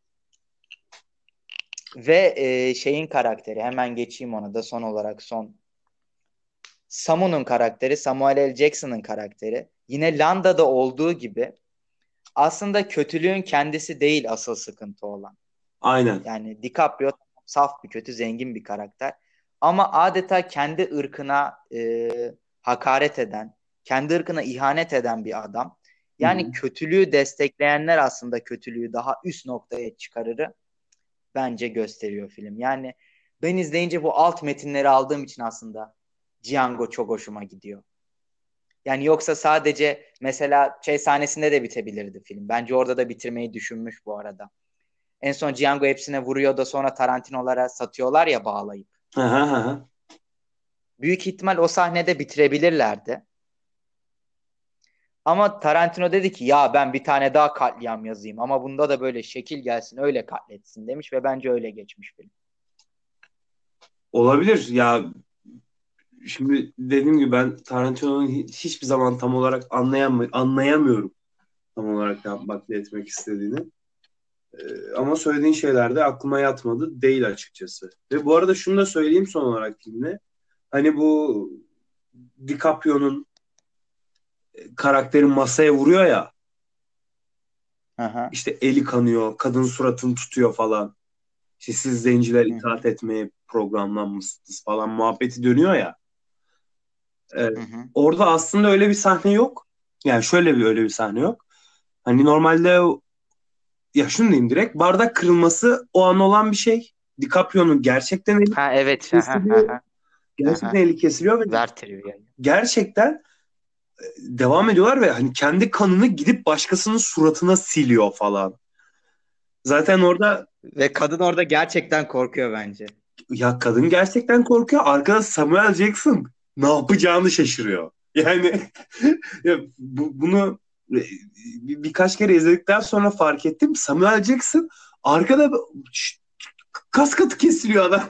Ve e, şeyin karakteri, hemen geçeyim ona da son olarak, son Samu'nun karakteri, Samuel L. Jackson'ın karakteri yine Landa'da olduğu gibi aslında kötülüğün kendisi değil asıl sıkıntı olan. Aynen. Yani DiCaprio saf bir kötü, zengin bir karakter. Ama adeta kendi ırkına e, hakaret eden, kendi ırkına ihanet eden bir adam. Hı hı. Yani kötülüğü destekleyenler aslında kötülüğü daha üst noktaya çıkarırı bence gösteriyor film. Yani ben izleyince bu alt metinleri aldığım için aslında Django çok hoşuma gidiyor. Yani yoksa sadece mesela şey sahnesinde de bitebilirdi film. Bence orada da bitirmeyi düşünmüş bu arada. En son Django hepsine vuruyor da sonra Tarantino'lara satıyorlar ya bağlayıp. Hı hı hı. Hı. Büyük ihtimal o sahnede bitirebilirlerdi. Ama Tarantino dedi ki ya ben bir tane daha katliam yazayım ama bunda da böyle şekil gelsin öyle katletsin demiş ve bence öyle geçmiş film. Olabilir. Ya şimdi dediğim gibi ben Tarantino'nun hi- hiçbir zaman tam olarak anlayam anlayamıyorum tam olarak ne yapmak, ne etmek istediğini. Ee, ama söylediğin şeyler de aklıma yatmadı değil açıkçası. Ve bu arada şunu da söyleyeyim son olarak filmle. Hani bu DiCaprio'nun karakteri masaya vuruyor ya, Hı hı, işte eli kanıyor, kadın suratını tutuyor falan. İşte siz zenciler hı hı, itaat etmeye programlanmışsınız falan muhabbeti dönüyor ya. Ee, hı hı. orada aslında öyle bir sahne yok. Yani şöyle bir öyle bir sahne yok. Hani normalde ya şunu diyeyim direkt bardak kırılması o an olan bir şey. DiCaprio'nun gerçekten eli Ha evet. Hı hı, hı kesiliyor. hı, hı hı. Gerçekten eli kesiliyor ve Ver trivia'yı. gerçekten devam ediyorlar ve hani kendi kanını gidip başkasının suratına siliyor falan. Zaten orada Ve kadın orada gerçekten korkuyor bence. ya kadın gerçekten korkuyor. Arkada Samuel Jackson ne yapacağını şaşırıyor. Yani ya bu, bunu bir, birkaç kere izledikten sonra fark ettim. Samuel Jackson arkada ş- kas katı kesiliyor adam.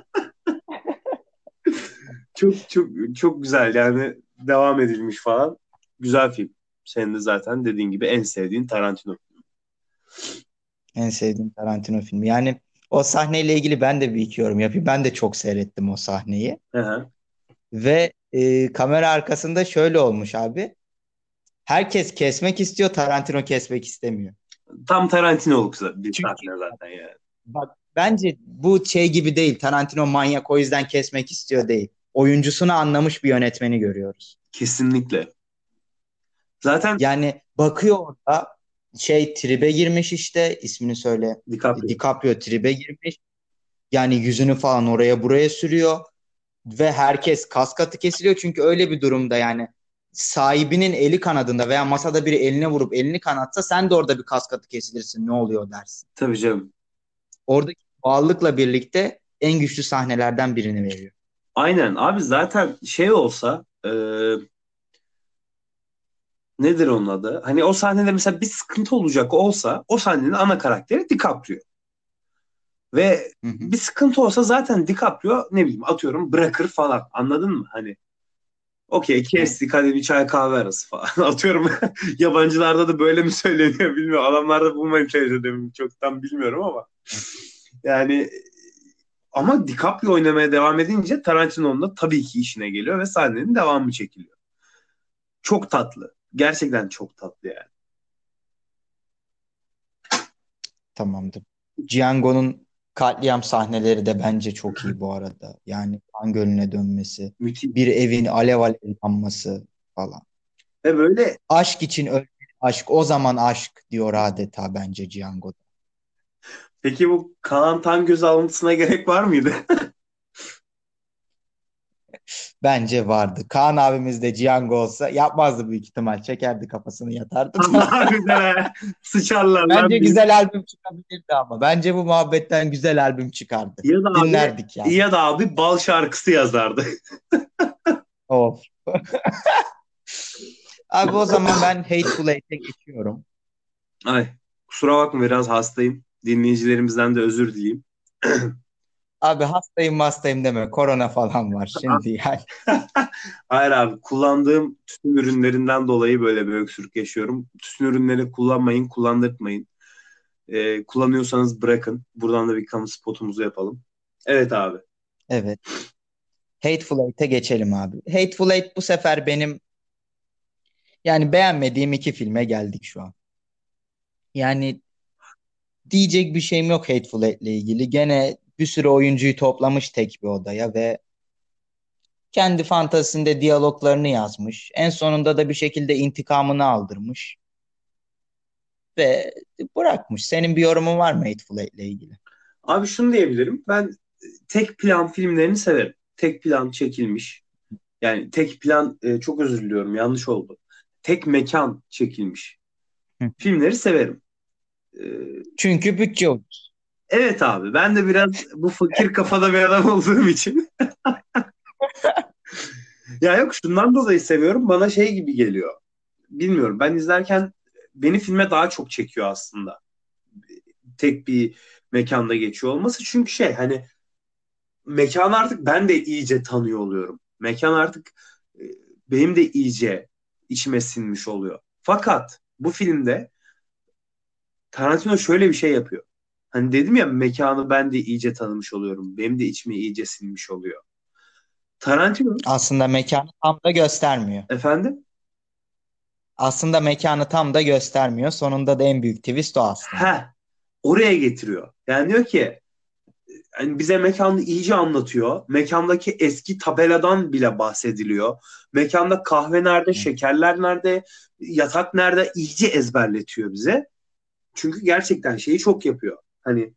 Çok çok çok güzel yani devam edilmiş falan. Güzel film. Senin de zaten dediğin gibi en sevdiğin Tarantino. En sevdiğim Tarantino filmi. Yani o sahneyle ilgili ben de bir iki yorum yapayım. Ben de çok seyrettim o sahneyi. Hı hı. Ve e, kamera arkasında şöyle olmuş abi. Herkes kesmek istiyor, Tarantino kesmek istemiyor. Tam Tarantino'luk bir Çünkü sahne zaten yani. bak bence bu şey gibi değil. Tarantino manyak o yüzden kesmek istiyor değil. Oyuncusunu anlamış bir yönetmeni görüyoruz. Kesinlikle. Zaten Yani bakıyor orada şey tribe girmiş işte ismini söyle. DiCaprio. DiCaprio tribe girmiş. Yani yüzünü falan oraya buraya sürüyor. Ve herkes kas katı kesiliyor çünkü öyle bir durumda yani sahibinin eli kanadında veya masada biri eline vurup elini kanatsa sen de orada bir kas katı kesilirsin ne oluyor dersin. Tabii canım. Oradaki bağlılıkla birlikte en güçlü sahnelerden birini veriyor. Aynen abi, zaten şey olsa e, nedir onun adı? Hani o sahnede mesela bir sıkıntı olacak olsa o sahnenin ana karakteri DiCaprio. Ve Hı hı. bir sıkıntı olsa zaten DiCaprio ne bileyim atıyorum bırakır falan, anladın mı? Hani okey Evet. kestik, hadi bir çay kahve arası falan atıyorum. Yabancılarda da böyle mi söyleniyor bilmiyorum. Adamlar da bu mentalitede mi çok tam bilmiyorum ama. Yani ama DiCaprio oynamaya devam edince Tarantino'nun da tabii ki işine geliyor ve sahnenin devamı çekiliyor. Çok tatlı. Gerçekten çok tatlı yani. Tamamdır. Django'nun katliam sahneleri de bence çok iyi bu arada. Yani kan gölüne dönmesi, Müthiş. bir evin alev alev yanması falan. Ve böyle, Aşk için ölmek aşk, o zaman aşk diyor adeta bence Django. peki bu Kaan Tangöz alıntısına gerek var mıydı? Bence vardı. Kaan abimiz de Cihango olsa yapmazdı büyük ihtimal. Çekerdi kafasını yatardı da. Harbiden ha. Sıçarlar Bence lan diye. güzel albüm çıkabilirdi ama. Bence bu muhabbetten güzel albüm çıkardı. Ya da abi Dinlerdik yani. ya da abi bal şarkısı yazardı. Of. Abi o zaman ben Hateful Eight'e geçiyorum. Ay, kusura bakma biraz hastayım. Dinleyicilerimizden de özür dileyeyim. Abi hastayım hastayım deme. Korona falan var şimdi yani. Hayır abi, kullandığım tütün ürünlerinden dolayı böyle bir öksürük yaşıyorum. Tütün ürünleri kullanmayın, kullandırtmayın. Ee, kullanıyorsanız bırakın. Buradan da bir kamu spotumuzu yapalım. Evet abi. Evet. Hateful Eight'e geçelim abi. Hateful Eight bu sefer benim yani beğenmediğim iki filme geldik şu an. Yani diyecek bir şeyim yok Hateful Eight'le ilgili. Gene bir sürü oyuncuyu toplamış tek bir odaya ve kendi fantazisinde diyaloglarını yazmış. En sonunda da bir şekilde intikamını aldırmış ve bırakmış. Senin bir yorumun var mı Hateful Eight'le ilgili? Abi şunu diyebilirim. Ben tek plan filmlerini severim. Tek plan çekilmiş. Yani tek plan, e, çok özür diliyorum, yanlış oldu. Tek mekan çekilmiş Hı. filmleri severim. E, Çünkü bütçe olur. evet abi, ben de biraz bu fakir kafada bir adam olduğum için. Ya yok, şundan dolayı seviyorum. Bana şey gibi geliyor. Bilmiyorum, ben izlerken beni filme daha çok çekiyor aslında. Tek bir mekanda geçiyor olması. Çünkü şey, hani mekanı artık ben de iyice tanıyor oluyorum. Mekan artık e, benim de iyice içime sinmiş oluyor. Fakat bu filmde Tarantino şöyle bir şey yapıyor. Hani dedim ya, mekanı ben de iyice tanımış oluyorum. Benim de içime iyice sinmiş oluyor. Tarantino, Aslında mekanı tam da göstermiyor. efendim, Aslında mekanı tam da göstermiyor. Sonunda da en büyük twist o aslında. ha, oraya getiriyor. Yani diyor ki, hani bize mekanı iyice anlatıyor. Mekandaki eski tabeladan bile bahsediliyor. Mekanda kahve nerede, Hı. şekerler nerede, yatak nerede, iyice ezberletiyor bize. Çünkü gerçekten şeyi çok yapıyor. Hani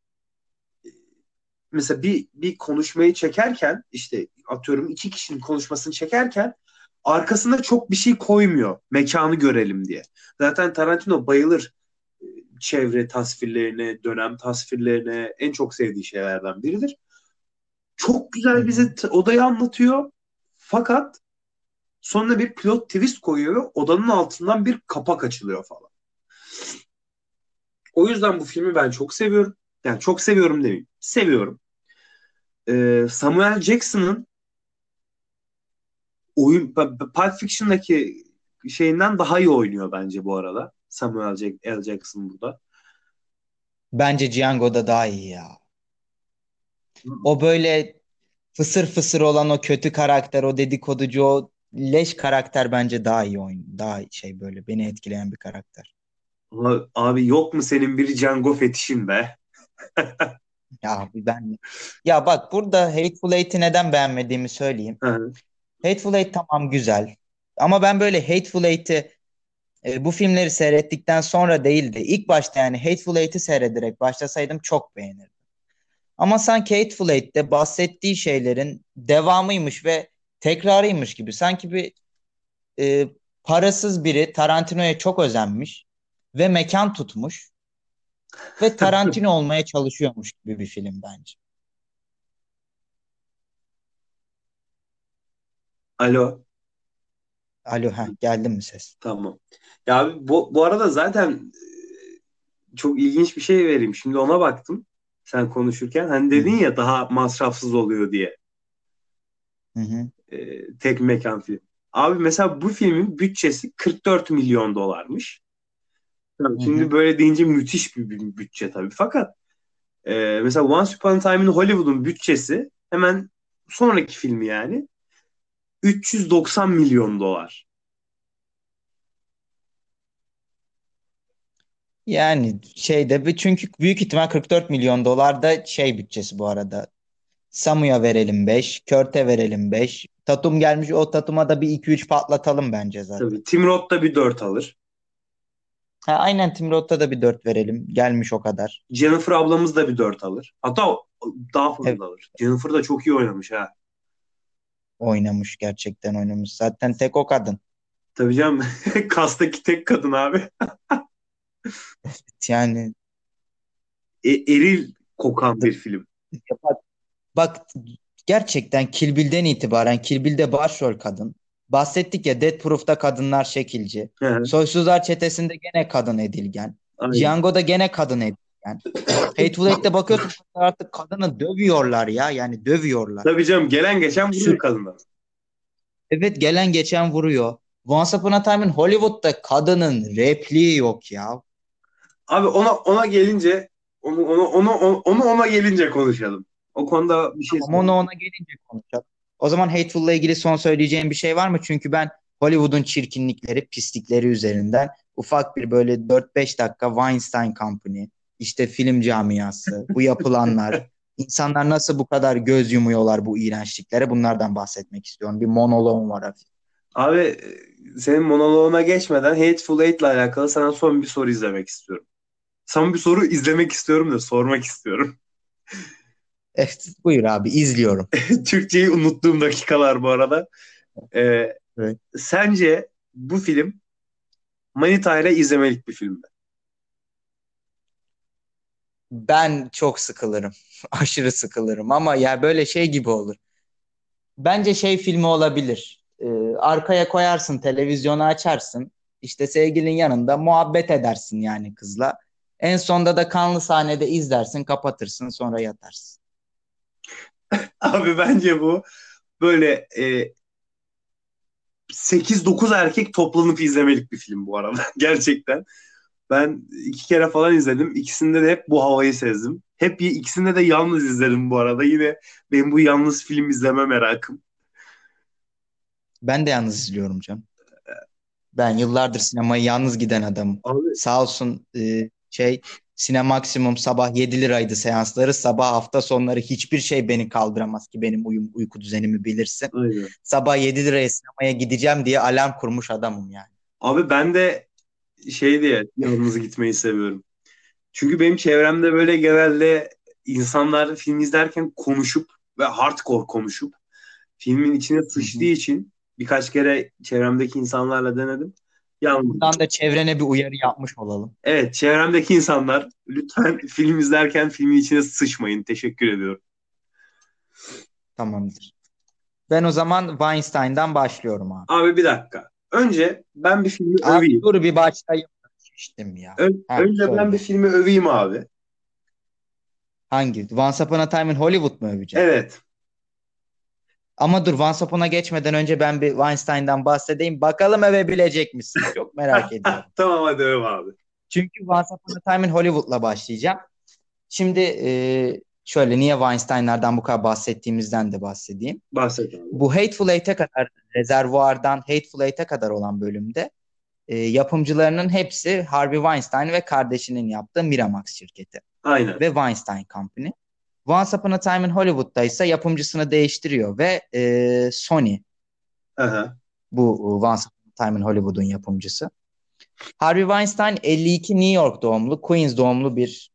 mesela bir bir konuşmayı çekerken, işte atıyorum iki kişinin konuşmasını çekerken arkasında çok bir şey koymuyor mekanı görelim diye. Zaten Tarantino bayılır e, çevre tasvirlerine, dönem tasvirlerine, en çok sevdiği şeylerden biridir. Çok Hı güzel hı. bize t- odayı anlatıyor. Fakat sonra bir plot twist koyuyor ve odanın altından bir kapak açılıyor falan. O yüzden bu filmi ben çok seviyorum. Yani çok seviyorum demeyeyim. Seviyorum. Ee, Samuel Jackson'ın oyun Pulp Fiction'daki şeyinden daha iyi oynuyor bence bu arada. Samuel Jack- L. Jackson burada. Bence Django'da daha iyi ya. O böyle fısır fısır olan o kötü karakter, o dedikoducu, o leş karakter bence daha iyi oyun. Daha şey böyle beni etkileyen bir karakter. Ama abi yok mu senin bir Django fetişin be? Ya abi ben ya bak burada Hateful Eight'i neden beğenmediğimi söyleyeyim. Hı hı. Hateful Eight tamam güzel. Ama ben böyle Hateful Eight'i e, bu filmleri seyrettikten sonra değil de ilk başta yani Hateful Eight'i seyrederek başlasaydım çok beğenirdim. Ama sanki Hateful Eight'te bahsettiği şeylerin devamıymış ve tekrarıymış gibi. Sanki bir e, parasız biri Tarantino'ya çok özenmiş ve mekan tutmuş ve Tarantino olmaya çalışıyormuş gibi bir film bence. Alo. Alo, ha geldi mi ses? Tamam. Ya abi bu, bu arada zaten e, çok ilginç bir şey vereyim. Şimdi ona baktım sen konuşurken. Hani Hı dedin hı. ya daha masrafsız oluyor diye. Hı hı. E, tek mekan film. Abi mesela bu filmin bütçesi kırk dört milyon dolarmış. Tabii Hı şimdi hı. böyle deyince müthiş bir, bir bütçe tabii. Fakat e, mesela Once Upon a Time in Hollywood'un bütçesi hemen sonraki filmi yani üç yüz doksan milyon dolar. Yani şeyde bir çünkü büyük ihtimal kırk dört milyon dolar da şey bütçesi bu arada. Samu'ya verelim beş, Kört'e verelim beş. Tatum gelmiş o Tatum'a da bir iki üç patlatalım bence zaten. Tabii Tim Roth da bir dört alır. Ha, aynen Tim Roth'a da bir dört verelim. Gelmiş o kadar. Jennifer ablamız da bir dört alır. Hatta o- daha Evet, fazla alır. Jennifer da çok iyi oynamış ha. oynamış gerçekten oynamış. Zaten tek o kadın. Tabii canım. Kastaki tek kadın abi. Yani E, eril kokan bir film. bak, bak gerçekten Kill Bill'den itibaren Kill Bill'de başrol kadın. Bahsettik ya Death Proof'ta kadınlar şekilci. Hı hı, Soysuzlar Çetesi'nde gene kadın edilgen. aynen. Django'da gene kadın edilgen. Hateful Eight'te bakıyorsun artık kadını dövüyorlar ya. Yani dövüyorlar. Tabii canım gelen geçen vuruyor Sür kadınlar. evet gelen geçen vuruyor. Once Upon a Time in Hollywood'da kadının repliği yok ya. Abi ona ona gelince onu onu onu onu ona gelince konuşalım. O konuda bir şey Ama onu söyleyeyim. ona gelince konuşalım. O zaman Hateful'la ilgili son söyleyeceğim bir şey var mı? Çünkü ben Hollywood'un çirkinlikleri, pislikleri üzerinden ufak bir böyle dört beş dakika Weinstein Company, işte film camiası, bu yapılanlar, insanlar nasıl bu kadar göz yumuyorlar bu iğrençliklere bunlardan bahsetmek istiyorum. Bir monoloğum var hafif. Abi e, senin monoloğuna geçmeden Hateful Eight'le alakalı sana son bir soru izlemek istiyorum. Son bir soru izlemek istiyorum da sormak istiyorum. Evet, buyur abi izliyorum. Türkçeyi unuttuğum dakikalar bu arada. Ee, Evet. Sence bu film Manita ile izlemelik bir film mi? Ben çok sıkılırım. Aşırı sıkılırım ama ya böyle şey gibi olur. Bence şey filmi olabilir. Ee, arkaya koyarsın, televizyonu açarsın. İşte sevgilin yanında muhabbet edersin yani kızla. En sonda da kanlı sahnede izlersin, kapatırsın, sonra yatarsın. Abi bence bu böyle e, sekiz dokuz erkek toplanıp izlemelik bir film bu arada. Gerçekten. Ben iki kere falan izledim. İkisinde de hep bu havayı sezdim. Hep y- ikisinde de yalnız izledim bu arada. Yine benim bu yalnız film izleme merakım. Ben de yalnız izliyorum canım. Ben yıllardır sinemaya yalnız giden adamım. Abi Sağ olsun e, şey Sinemaksimum sabah yedi liraydı seansları. Sabah hafta sonları hiçbir şey beni kaldıramaz ki benim uyum, uyku düzenimi bilirsin. aynen. Sabah yedi liraya sinemaya gideceğim diye alarm kurmuş adamım yani. Abi ben de şey diye yalnız gitmeyi seviyorum. Çünkü benim çevremde böyle genelde insanlar film izlerken konuşup ve hardcore konuşup filmin içine Hı sıçtığı hı. için birkaç kere çevremdeki insanlarla denedim. Yalnız. Buradan da çevrene bir uyarı yapmış olalım. Evet, çevremdeki insanlar lütfen film izlerken filmin içine sıçmayın. Teşekkür ediyorum. Tamamdır. Ben o zaman Weinstein'dan başlıyorum abi. Abi bir dakika. Önce ben bir filmi Abi öveyim. dur bir başlayayım. Şiştim ya. Ön- Ha önce ben bir söyle. filmi öveyim abi. Hangi? Once Upon a Time in Hollywood mu öveceksin? Evet. Ama dur Once Upon'a geçmeden önce ben bir Weinstein'dan bahsedeyim. Bakalım övebilecek misin? Çok merak ediyorum. Tamam hadi öv abi. Çünkü Once Upon a Time in Hollywood'la başlayacağım. Şimdi e, Şöyle niye Weinstein'lardan bu kadar bahsettiğimizden de bahsedeyim. Bahset abi. Bu Hateful Eight'e kadar, Rezervuar'dan Hateful Eight'e kadar olan bölümde e, yapımcılarının hepsi Harvey Weinstein ve kardeşinin yaptığı Miramax şirketi Aynen. ve Weinstein Company. Once Upon a Time in Hollywood'da ise yapımcısını değiştiriyor ve e, Sony Aha. bu Once Upon a Time in Hollywood'un yapımcısı. Harvey Weinstein elli iki New York doğumlu, Queens doğumlu bir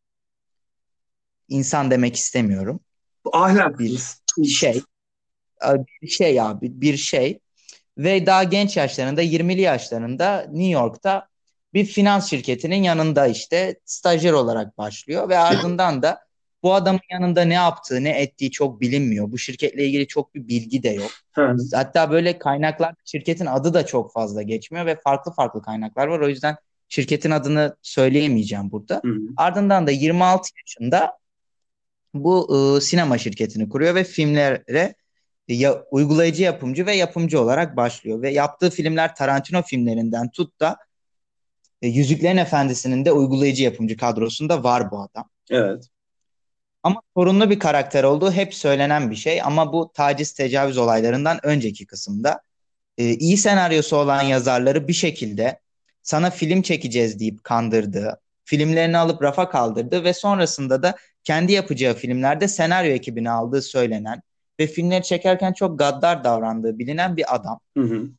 insan demek istemiyorum. Bir Ahlaksız. şey, bir şey abi, bir şey. Ve daha genç yaşlarında, yirmili yaşlarında New York'ta bir finans şirketinin yanında işte stajyer olarak başlıyor ve ardından da bu adamın yanında ne yaptığı, ne ettiği çok bilinmiyor. Bu şirketle ilgili çok bir bilgi de yok. Hı Hatta böyle kaynaklar, şirketin adı da çok fazla geçmiyor ve farklı farklı kaynaklar var. O yüzden şirketin adını söyleyemeyeceğim burada. hı. Ardından da yirmi altı yaşında bu e, sinema şirketini kuruyor ve filmlere ya, uygulayıcı yapımcı ve yapımcı olarak başlıyor. Ve yaptığı filmler Tarantino filmlerinden tut da e, Yüzüklerin Efendisi'nin de uygulayıcı yapımcı kadrosunda var bu adam. Evet. Ama sorunlu bir karakter olduğu hep söylenen bir şey. Ama bu taciz tecavüz olaylarından önceki kısımda e, iyi senaryosu olan yazarları bir şekilde sana film çekeceğiz deyip kandırdığı, filmlerini alıp rafa kaldırdı ve sonrasında da kendi yapacağı filmlerde senaryo ekibini aldığı söylenen ve filmleri çekerken çok gaddar davrandığı bilinen bir adam. Hı hı.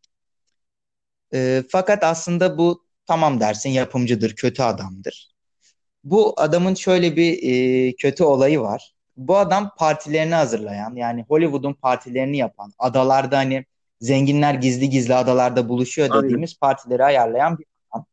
E, fakat aslında bu tamam dersin yapımcıdır, kötü adamdır. Bu adamın şöyle bir e, kötü olayı var. Bu adam partilerini hazırlayan, yani Hollywood'un partilerini yapan, adalarda hani zenginler gizli gizli adalarda buluşuyor Aynen. dediğimiz partileri ayarlayan bir adam.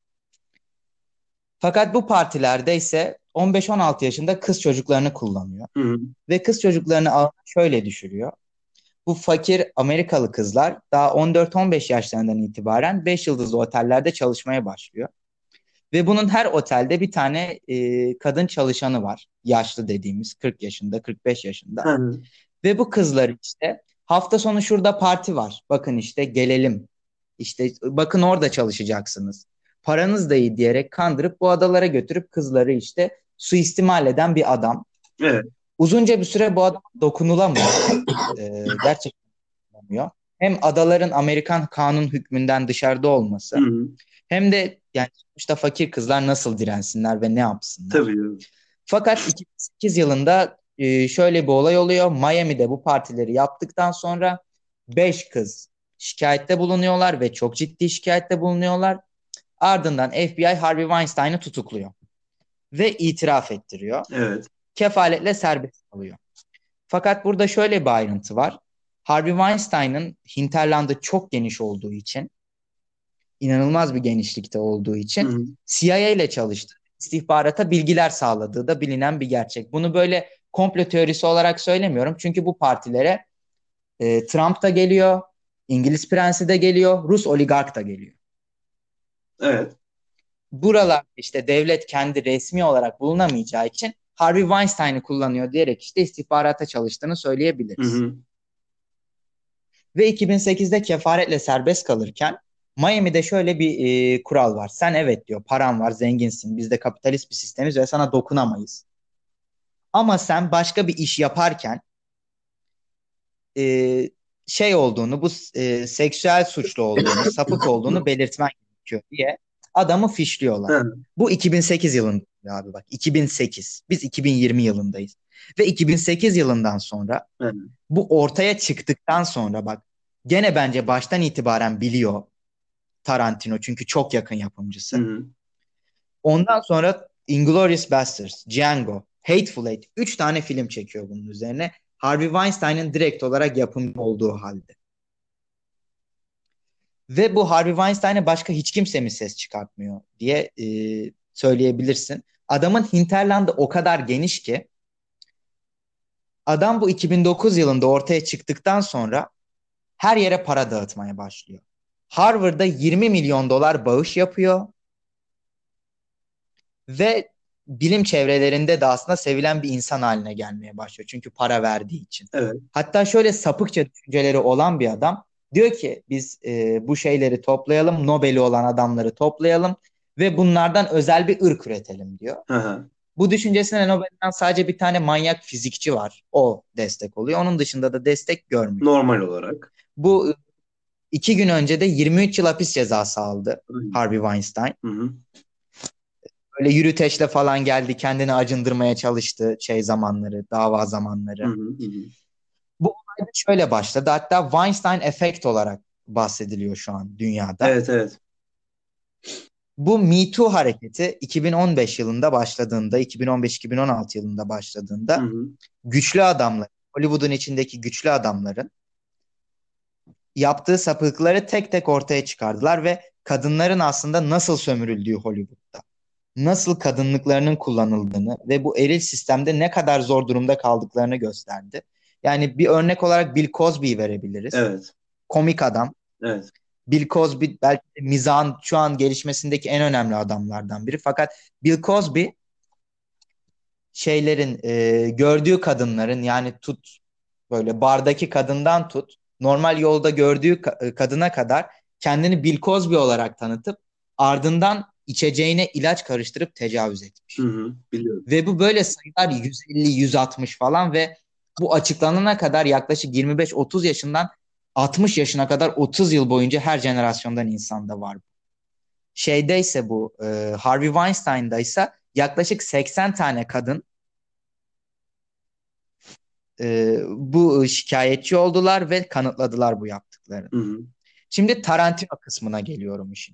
Fakat bu partilerde ise on beş on altı yaşında kız çocuklarını kullanıyor. Hı hı. Ve kız çocuklarını ağına şöyle düşürüyor. Bu fakir Amerikalı kızlar daha on dört on beş yaşlarından itibaren beş yıldızlı otellerde çalışmaya başlıyor. Ve bunun her otelde bir tane e, kadın çalışanı var. Yaşlı dediğimiz kırk yaşında, kırk beş yaşında. Hı hı. Ve bu kızlar işte hafta sonu şurada parti var. Bakın işte gelelim. İşte bakın orada çalışacaksınız. Paranız da iyi diyerek kandırıp bu adalara götürüp kızları işte suistimal eden bir adam. Evet. Uzunca bir süre bu adam dokunulamıyor. E, gerçekten dokunulamıyor. Hem adaların Amerikan kanun hükmünden dışarıda Hı olması hı. hem de yani sonuçta fakir kızlar nasıl dirensinler ve ne yapsınlar. Tabii canım. Fakat iki bin sekiz yılında e, şöyle bir olay oluyor. Miami'de bu partileri yaptıktan sonra beş kız şikayette bulunuyorlar ve çok ciddi şikayette bulunuyorlar. Ardından F B I Harvey Weinstein'ı tutukluyor ve itiraf ettiriyor. Evet. Kefaletle serbest kalıyor. Fakat burada şöyle bir ayrıntı var. Harvey Weinstein'ın hinterlandı çok geniş olduğu için, inanılmaz bir genişlikte olduğu Hı için hı. C I A ile çalıştı. İstihbarata bilgiler sağladığı da bilinen bir gerçek. Bunu böyle komplo teorisi olarak söylemiyorum. Çünkü bu partilere e, Trump da geliyor, İngiliz prensi de geliyor, Rus oligark da geliyor. Evet. Buralar işte devlet kendi resmi olarak bulunamayacağı için Harvey Weinstein'ı kullanıyor diyerek işte istihbarata çalıştığını Hı söyleyebiliriz. hı. Ve iki bin sekizde kefaretle serbest kalırken Miami'de şöyle bir e, kural var. Sen evet diyor, paran var, zenginsin, biz de kapitalist bir sistemiz ve sana dokunamayız. Ama sen başka bir iş yaparken e, şey olduğunu, bu e, seksüel suçlu olduğunu, sapık olduğunu belirtmen gerekiyor diye adamı fişliyorlar. Hı Bu iki bin sekiz yılında abi bak, iki bin sekiz. Biz iki bin yirmi yılındayız. Ve iki bin sekiz yılından sonra hı. bu ortaya çıktıktan sonra bak, gene bence baştan itibaren biliyor Tarantino, çünkü çok yakın Hı yapımcısı. hı. Ondan sonra Inglourious Basterds, Django, Hateful Eight, üç tane film çekiyor bunun üzerine. Harvey Weinstein'ın direkt olarak yapımcı olduğu halde. Ve bu Harvey Weinstein'e başka hiç kimse mi ses çıkartmıyor diye e, söyleyebilirsin. Adamın hinterlandı o kadar geniş ki adam bu iki bin dokuz yılında ortaya çıktıktan sonra her yere para dağıtmaya başlıyor. Harvard'da yirmi milyon dolar bağış yapıyor ve bilim çevrelerinde de aslında sevilen bir insan haline gelmeye başlıyor. Çünkü para verdiği için. Evet. Hatta şöyle sapıkça düşünceleri olan bir adam. Diyor ki biz e, bu şeyleri toplayalım, Nobel'i olan adamları toplayalım ve bunlardan özel bir ırk üretelim diyor. Hı hı. Bu düşüncesine Nobel veren sadece bir tane manyak fizikçi var. O destek oluyor. Onun dışında da destek görmüyor. Normal olarak. Bu iki gün önce de yirmi üç yıl hapis cezası aldı Aynen. Harvey Weinstein. Hı hı. Böyle yürüteçle falan geldi, kendini acındırmaya çalıştı şey zamanları, dava Hı zamanları. hı. Hı hı. Bu olay da şöyle başladı. Hatta Weinstein Effect olarak bahsediliyor şu an dünyada. Evet, evet. Bu Me Too hareketi iki bin on beş yılında başladığında, iki bin on beş iki bin on altı yılında Hı başladığında hı. güçlü adamlar, Hollywood'un içindeki güçlü adamların yaptığı sapıklıkları tek tek ortaya çıkardılar ve kadınların aslında nasıl sömürüldüğü Hollywood'da, nasıl kadınlıklarının kullanıldığını ve bu eril sistemde ne kadar zor durumda kaldıklarını gösterdi. Yani bir örnek olarak Bill Cosby'yi verebiliriz. Evet. Komik adam. Evet. Bill Cosby belki de mizahın şu an gelişmesindeki en önemli adamlardan biri. Fakat Bill Cosby şeylerin e, gördüğü kadınların yani tut böyle bardaki kadından tut normal yolda gördüğü ka- e, kadına kadar kendini Bill Cosby olarak tanıtıp ardından içeceğine ilaç karıştırıp tecavüz Hı etmiş. hı. Biliyorum. Ve bu böyle sayılar yüz elli yüz altmış falan ve bu açıklanana kadar yaklaşık yirmi beş otuz yaşından altmış yaşına kadar otuz yıl boyunca her jenerasyondan insanda var. Şeydeyse bu e, Harvey Weinstein'da ise yaklaşık seksen tane kadın e, bu şikayetçi oldular ve kanıtladılar bu yaptıklarını. Hı hı. Şimdi Tarantino kısmına geliyorum işin.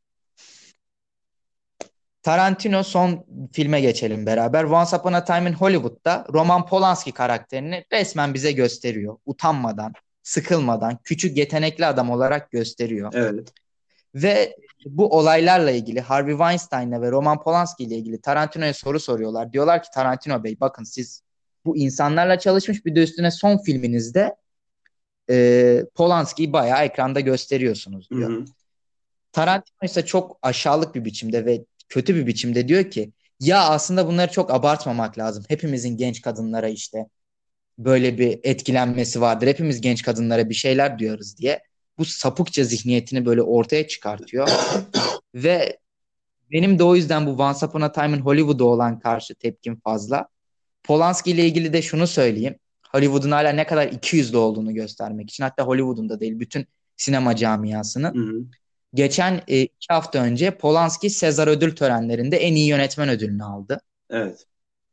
Tarantino son filme geçelim beraber. Once Upon a Time in Hollywood'da Roman Polanski karakterini resmen bize gösteriyor. Utanmadan, sıkılmadan, küçük yetenekli adam olarak gösteriyor. Evet. Ve bu olaylarla ilgili Harvey Weinstein'la ve Roman Polanski ile ilgili Tarantino'ya soru soruyorlar. Diyorlar ki Tarantino Bey bakın siz bu insanlarla çalışmış bir de üstüne son filminizde e, Polanski'yi bayağı ekranda gösteriyorsunuz Hı diyor. hı. Tarantino ise çok aşağılık bir biçimde ve kötü bir biçimde diyor ki ya aslında bunları çok abartmamak lazım. Hepimizin genç kadınlara işte böyle bir etkilenmesi vardır. Hepimiz genç kadınlara bir şeyler diyoruz diye. Bu sapıkça zihniyetini böyle ortaya çıkartıyor. Ve benim de o yüzden bu Once Upon a Time in Hollywood'a olan karşı tepkim fazla. Polanski ile ilgili de şunu söyleyeyim. Hollywood'un hala ne kadar ikiyüzlü olduğunu göstermek için hatta Hollywood'un da değil bütün sinema camiasının. Hı hı. Geçen e, iki hafta önce Polanski Sezar ödül törenlerinde en iyi yönetmen ödülünü aldı. Evet.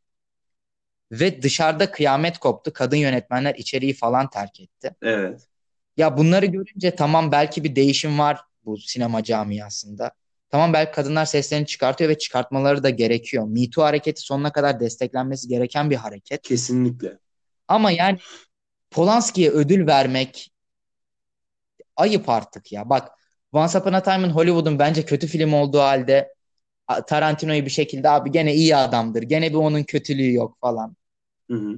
Ve dışarıda kıyamet koptu. Kadın yönetmenler içeriği falan terk etti. Evet. Ya bunları görünce tamam belki bir değişim var bu sinema camiasında. Tamam belki kadınlar seslerini çıkartıyor ve çıkartmaları da gerekiyor. Me Too hareketi sonuna kadar desteklenmesi gereken bir hareket. Kesinlikle. Ama yani Polanski'ye ödül vermek ayıp artık ya. Bak Once Upon a Time in Hollywood'un bence kötü film olduğu halde Tarantino'yu bir şekilde abi gene iyi adamdır. Gene bir onun kötülüğü yok falan. Hı hı.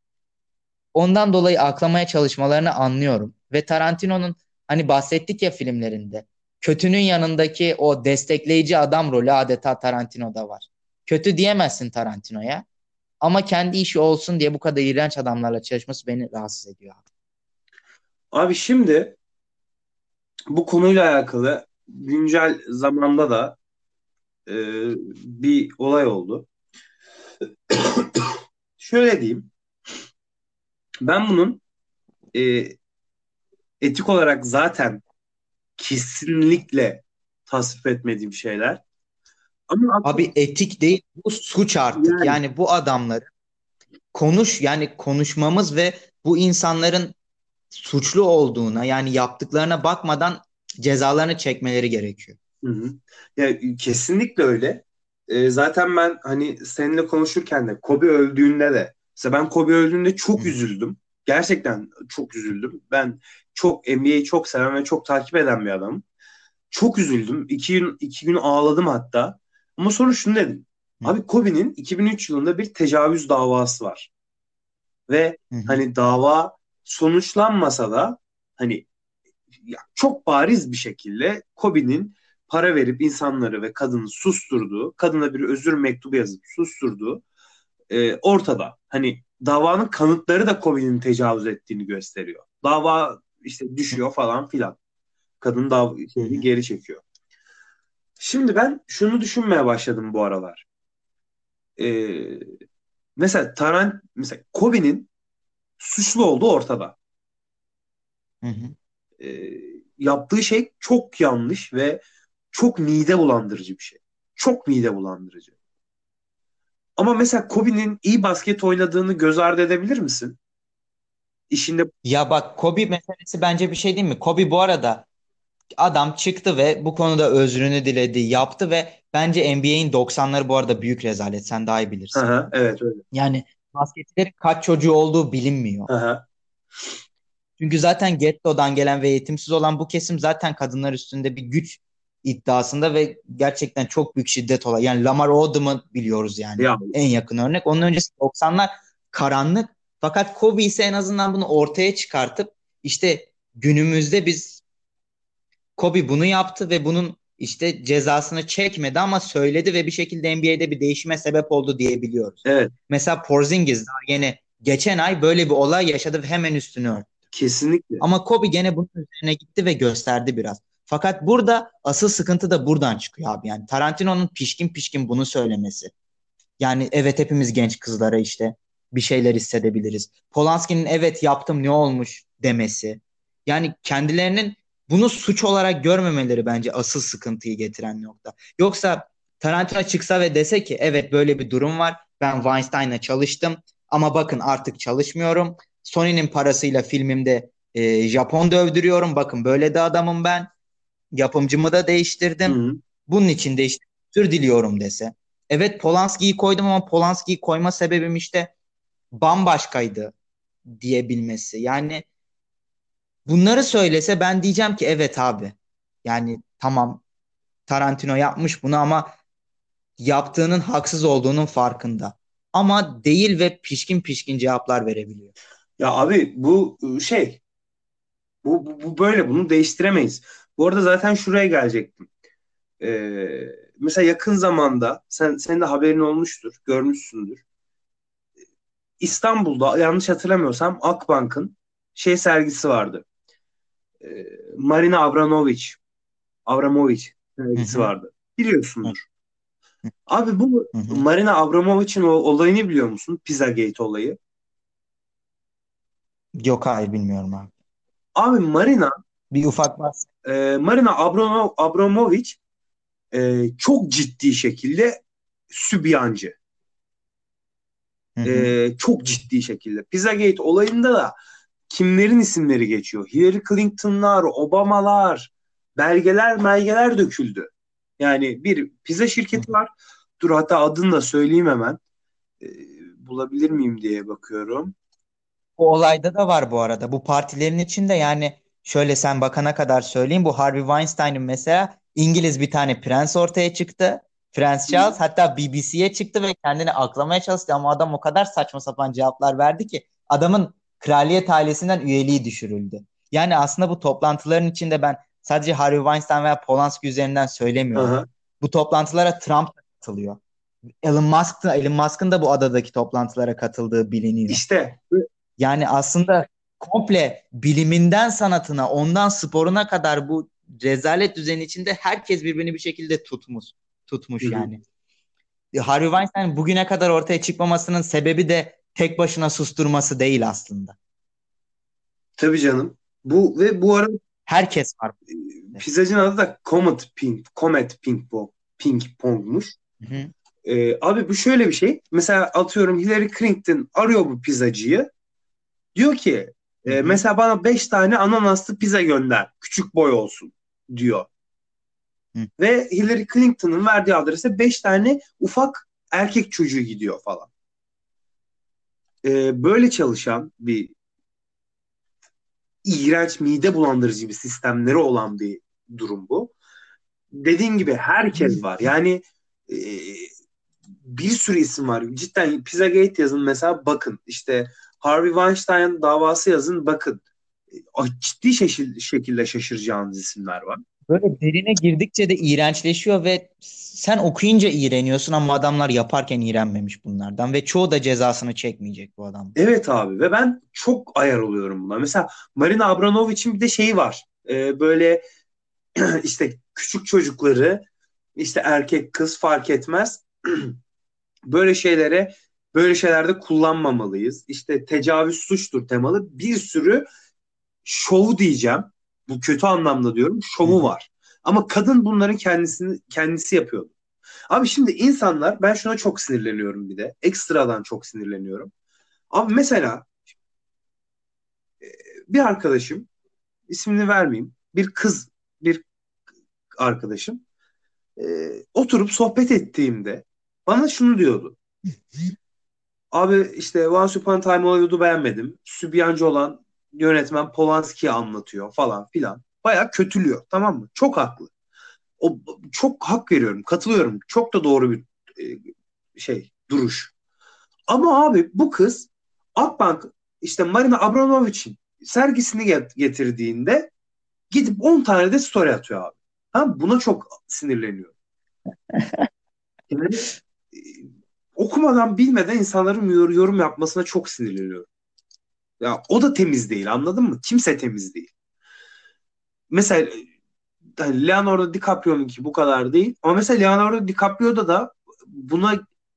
Ondan dolayı aklamaya çalışmalarını anlıyorum. Ve Tarantino'nun hani bahsettik ya filmlerinde kötünün yanındaki o destekleyici adam rolü adeta Tarantino'da var. Kötü diyemezsin Tarantino'ya ama kendi işi olsun diye bu kadar iğrenç adamlarla çalışması beni rahatsız ediyor. Abi şimdi bu konuyla alakalı güncel zamanda da e, bir olay oldu. Şöyle diyeyim. Ben bunun e, etik olarak zaten kesinlikle tasvip etmediğim şeyler. Ama Abi aslında etik değil bu suç artık. yani Yani bu adamları konuş yani konuşmamız ve bu insanların suçlu olduğuna yani yaptıklarına bakmadan cezalarını çekmeleri gerekiyor. hı hı. Ya, kesinlikle öyle. E, zaten ben hani seninle konuşurken de Kobe öldüğünde de mesela ben Kobe öldüğünde Hı çok hı. üzüldüm. Gerçekten çok üzüldüm. Ben çok N B A'yi çok seven ve çok takip eden bir adamım. Çok üzüldüm. İki gün, iki gün ağladım hatta. Ama sonra şunu dedim. Hı Abi Kobe'nin iki bin üç yılında bir tecavüz davası var. Ve hı. Hı. hani dava sonuçlanmasa da hani ya çok bariz bir şekilde Kobe'nin para verip insanları ve kadını susturduğu, kadına bir özür mektubu yazıp susturduğu e, ortada. Hani davanın kanıtları da Kobe'nin tecavüz ettiğini gösteriyor. Dava işte düşüyor falan filan. Kadın dav Hı şeyini hı. geri çekiyor. Şimdi ben şunu düşünmeye başladım bu aralar. Ee, Mesela Tarant, mesela Kobe'nin suçlu olduğu ortada. Hı hı. Ee, Yaptığı şey çok yanlış ve çok mide bulandırıcı bir şey. Çok mide bulandırıcı. Ama mesela Kobe'nin iyi basket oynadığını göz ardı edebilir misin? İşinde. Ya bak, Kobe meselesi bence bir şey değil mi? Kobe bu arada adam çıktı ve bu konuda özrünü diledi, yaptı ve bence N B A'in doksanları bu arada büyük rezalet. Sen daha iyi Hı bilirsin. hı, evet öyle. Yani basketçilerin kaç çocuğu olduğu bilinmiyor. Hı hı, Çünkü zaten gettodan gelen ve eğitimsiz olan bu kesim zaten kadınlar üstünde bir güç iddiasında ve gerçekten çok büyük şiddet olay. Yani Lamar Odom'u biliyoruz yani, ya en yakın örnek. Onun öncesi doksanlar karanlık. Fakat Kobe ise en azından bunu ortaya çıkartıp işte günümüzde biz Kobe bunu yaptı ve bunun işte cezasını çekmedi ama söyledi ve bir şekilde N B A'de bir değişime sebep oldu diyebiliyoruz. evet, Mesela Porzingis daha yeni geçen ay böyle bir olay yaşadı ve hemen üstünü örttü. kesinlikle. Ama Kobe gene bunun üzerine gitti ve gösterdi biraz. Fakat burada asıl sıkıntı da buradan çıkıyor abi. Yani Tarantino'nun pişkin pişkin bunu söylemesi. Yani evet, hepimiz genç kızlara işte bir şeyler hissedebiliriz. Polanski'nin evet yaptım ne olmuş demesi. Yani kendilerinin bunu suç olarak görmemeleri bence asıl sıkıntıyı getiren nokta. Yoksa Tarantino çıksa ve dese ki evet böyle bir durum var. Ben Weinstein'la çalıştım ama bakın artık çalışmıyorum. Sony'nin parasıyla filmimde e, Japon dövdürüyorum. Bakın böyle de adamım ben. Yapımcımı da Hı değiştirdim. hı. Bunun için de işte özür diliyorum dese. Evet, Polanski'yi koydum ama Polanski'yi koyma sebebim işte bambaşkaydı diyebilmesi. Yani bunları söylese ben diyeceğim ki evet abi. Yani tamam, Tarantino yapmış bunu ama yaptığının haksız olduğunun farkında. Ama değil ve pişkin pişkin cevaplar verebiliyor. Ya abi bu ıı, şey bu, bu, bu böyle, bunu değiştiremeyiz. Bu arada zaten şuraya gelecektim. Ee, Mesela yakın zamanda sen senin de haberin olmuştur, görmüşsündür. İstanbul'da yanlış hatırlamıyorsam Akbank'ın şey sergisi vardı. Ee, Marina Abramovic, Abramovic Hı sergisi hı. vardı. Hı Biliyorsundur. Abi bu hı. Hı. Marina Abramovic'in o olayını biliyor musun? Pizzagate olayı. Yok, hayır, bilmiyorum abi. Abi Marina Bir ufak bahs. e, Marina Abramo, Abramovic e, çok ciddi şekilde sübyancı. Hı hı. E, çok ciddi şekilde. Pizzagate olayında da kimlerin isimleri geçiyor? Hillary Clinton'lar, Obamalar, belgeler, belgeler döküldü. Yani bir pizza Hı şirketi hı. var. Dur, hatta adını da söyleyeyim hemen. E, Bulabilir miyim diye bakıyorum. Bu olayda da var bu arada. Bu partilerin içinde yani şöyle sen bakana kadar söyleyeyim. Bu Harvey Weinstein'ın mesela İngiliz bir tane prens ortaya çıktı. Prens Charles hatta B B C'ye çıktı ve kendini aklamaya çalıştı ama adam o kadar saçma sapan cevaplar verdi ki adamın kraliyet ailesinden üyeliği düşürüldü. Yani aslında bu toplantıların içinde ben sadece Harvey Weinstein veya Polanski üzerinden söylemiyorum. Aha. Bu toplantılara Trump da katılıyor. Elon Musk da, Elon Musk'ın da bu adadaki toplantılara katıldığı biliniyor. İşte Yani aslında komple biliminden sanatına, ondan sporuna kadar bu rezalet düzeni içinde herkes birbirini bir şekilde tutmuş. hı Tutmuş hı. yani. Harvey Weinstein bugüne kadar ortaya çıkmamasının sebebi de tek başına susturması değil aslında. Tabii canım. Bu ve bu arada Herkes var. e, pizzacının adı da Comet Ping, Comet Ping Pong, Ping Pong'muş. Hı hı, Ee, abi bu şöyle bir şey. Mesela atıyorum Hillary Clinton arıyor bu pizzacıyı. Diyor ki hı e, hı, mesela bana beş tane ananaslı pizza gönder. Küçük boy olsun diyor. hı. Ve Hillary Clinton'ın verdiği adrese beş tane ufak erkek çocuğu gidiyor falan. Ee, böyle çalışan bir iğrenç, mide bulandırıcı bir sistemleri olan bir durum bu. Dediğim gibi herkes var. Yani e, bir sürü isim var. Cidden Pizzagate yazın mesela, bakın. İşte Harvey Weinstein davası yazın, bakın. E, Ciddi şekil- şekilde şaşıracağınız isimler var. Böyle derine girdikçe de iğrençleşiyor ve sen okuyunca iğreniyorsun ama adamlar yaparken iğrenmemiş bunlardan ve çoğu da cezasını çekmeyecek bu adam. Evet abi, ve ben çok ayar oluyorum buna. Mesela Marina Abramovich'in bir de şeyi var. E, böyle işte küçük çocukları, işte erkek kız fark etmez, Böyle şeylere böyle şeylerde kullanmamalıyız. İşte tecavüz suçtur temalı bir sürü şovu diyeceğim. Bu kötü anlamda diyorum. Hı Şovu hı. var. Ama kadın bunların kendisini kendisi yapıyor. Abi şimdi insanlar, ben şuna çok sinirleniyorum bir de. Ekstradan çok sinirleniyorum. Abi mesela bir arkadaşım, ismini vermeyeyim. Bir kız, bir arkadaşım e, oturup sohbet ettiğimde bana şunu diyordu. Abi işte Once Upon a Time Hollywood'u beğenmedim. Sübyancı olan yönetmen Polanski'yi anlatıyor falan filan. Bayağı kötülüyor, tamam mı? Çok haklı. O, çok hak veriyorum, katılıyorum. Çok da doğru bir e, şey, duruş. Ama abi bu kız Akbank işte Marina Abramovich'in sergisini get- getirdiğinde gidip on tane de story atıyor abi. Ha, buna çok sinirleniyor. Yani e, okumadan bilmeden insanların yor- yorum yapmasına çok sinirleniyor. Ya o da temiz değil, anladın mı? Kimse temiz değil. Mesela hani Leonardo DiCaprio'nunki bu kadar değil. Ama mesela Leonardo DiCaprio'da da buna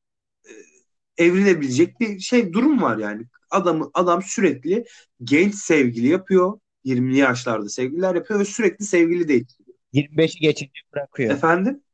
evrilebilecek bir şey durum var yani. Adam, adam sürekli genç sevgili yapıyor. yirmili yaşlarda sevgililer yapıyor ve sürekli sevgili değiştiriyor. yirmi beşi geçince bırakıyor. Efendim?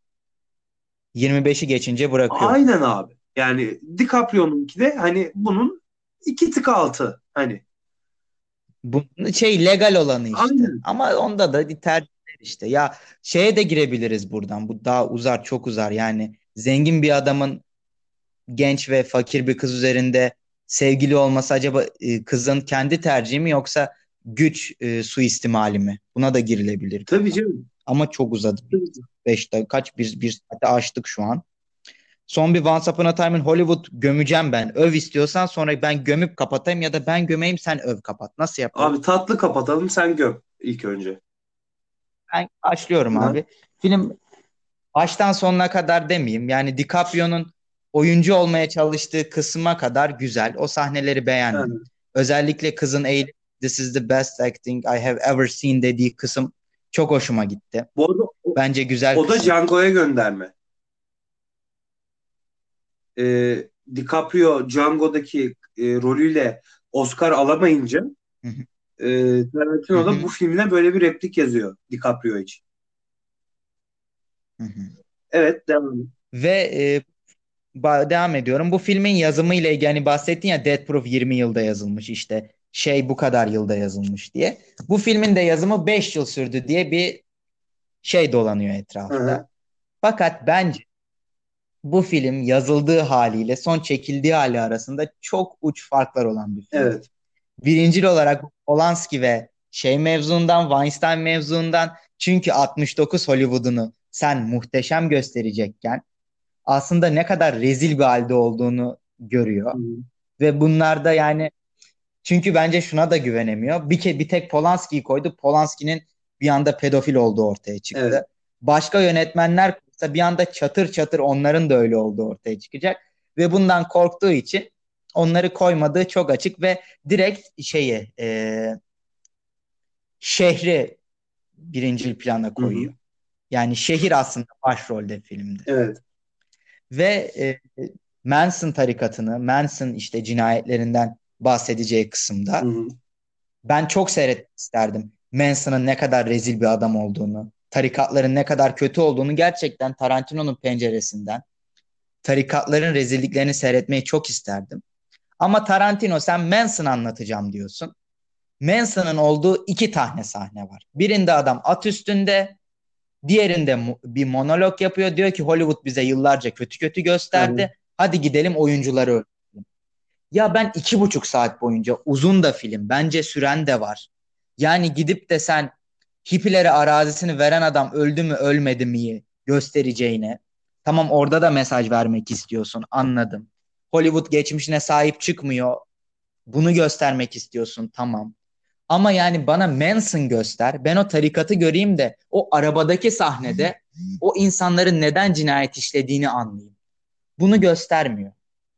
yirmi beşi geçince bırakıyor. Aynen abi. Yani DiCaprio'nunki de hani bunun iki tık altı. Hani Bu şey legal olanı işte. aynen. Ama onda da bir tercihler işte. Ya şeye de girebiliriz buradan. Bu daha uzar, çok uzar. Yani zengin bir adamın genç ve fakir bir kız üzerinde sevgili olması acaba e, kızın kendi tercihi mi yoksa güç e, suistimali mi? Buna da girilebilir Tabii buradan. canım. Ama çok uzadı. Tabii canım. Beş dakika kaç bir, bir saate aştık şu an. Son bir Once Upon a Time in Hollywood gömeceğim ben. Öv istiyorsan sonra ben gömüp kapatayım ya da ben gömeyim sen öv kapat. Nasıl yapalım? Abi tatlı kapatalım, sen göm ilk önce. Ben başlıyorum Aha. abi. Film baştan sonuna kadar demeyeyim. Yani DiCaprio'nun oyuncu olmaya çalıştığı kısma kadar güzel. O sahneleri beğendim. Ha. Özellikle kızın eğilip "This is the best acting I have ever seen" dediği kısım çok hoşuma gitti. Bu arada o, Bence güzel o da kısım. Django'ya gönderme. Ee, DiCaprio Django'daki e, rolüyle Oscar alamayınca Hı hı, e, Tarantino da bu hı filmine böyle bir replik yazıyor DiCaprio için. hı, hı. Evet, devam et. Ve e, ba- devam ediyorum. Bu filmin yazımı ile ilgili hani bahsettin ya Death Proof yirmi yılda yazılmış işte şey bu kadar yılda yazılmış diye. Bu filmin de yazımı beş yıl sürdü diye bir şey dolanıyor Hı hı. etrafta. Fakat bence bu film yazıldığı haliyle son çekildiği hali arasında çok uç farklar olan bir film. Evet. Birincil olarak Polanski ve şey mevzundan, Weinstein mevzundan çünkü altmış dokuz Hollywood'unu sen muhteşem gösterecekken aslında ne kadar rezil bir halde olduğunu görüyor. Hı hı. Ve bunlar da yani çünkü bence şuna da güvenemiyor. Bir, ke bir tek Polanski'yi koydu. Polanski'nin bir anda pedofil olduğu ortaya Evet. çıktı. Başka yönetmenler kursa bir anda çatır çatır onların da öyle olduğu ortaya çıkacak. Ve bundan korktuğu için onları koymadığı çok açık ve direkt şeyi e, şehri birincil plana Hı hı. koyuyor. Yani şehir aslında başrolde filmde. Evet. Ve e, Manson tarikatını, Manson işte cinayetlerinden bahsedeceği Hı kısımda hı. ben çok seyretmek isterdim. Manson'ın ne kadar rezil bir adam olduğunu, tarikatların ne kadar kötü olduğunu gerçekten Tarantino'nun penceresinden tarikatların rezilliklerini seyretmeyi çok isterdim. Ama Tarantino sen Manson anlatacağım diyorsun. Manson'ın olduğu iki tane sahne var. Birinde adam at üstünde, diğerinde mu- bir monolog yapıyor. Diyor ki Hollywood bize yıllarca kötü kötü Hı hı. gösterdi. Hadi gidelim oyuncuları öldürelim. Ya ben iki buçuk saat boyunca uzun da film. Bence süren de var. Yani gidip de sen hippilere arazisini veren adam öldü mü ölmedi mi göstereceğine. Tamam orada da mesaj vermek istiyorsun anladım. Hollywood geçmişine sahip çıkmıyor. Bunu göstermek istiyorsun tamam. Ama yani bana Manson göster. Ben o tarikatı göreyim de o arabadaki sahnede o insanların neden cinayet işlediğini anlayayım. Bunu göstermiyor.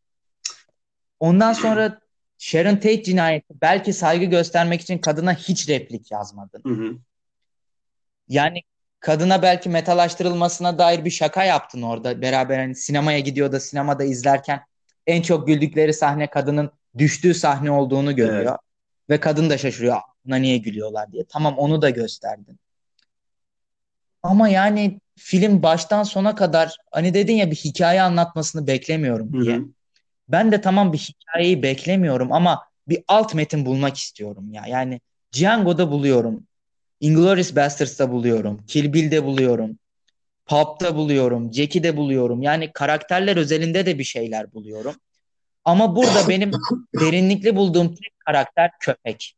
Ondan sonra Sharon Tate cinayeti belki saygı göstermek için kadına hiç replik yazmadın. Hı hı. Yani kadına belki metalaştırılmasına dair bir şaka yaptın orada. Beraber hani sinemaya gidiyor da sinemada izlerken en çok güldükleri sahne kadının düştüğü sahne olduğunu Evet. görüyor. Ve kadın da şaşırıyor. Buna niye gülüyorlar diye. Tamam, onu da gösterdin. Ama yani film baştan sona kadar hani dedin ya bir hikaye anlatmasını Hı beklemiyorum diye. hı. Ben de tamam bir hikayeyi beklemiyorum ama bir alt metin bulmak istiyorum ya. Yani Django'da buluyorum. Inglourious Basterds'ta buluyorum. Kill Bill'de buluyorum. Pulp'ta buluyorum. Jackie'de buluyorum. Yani karakterler özelinde de bir şeyler buluyorum. Ama burada benim derinlikli bulduğum tek karakter köpek.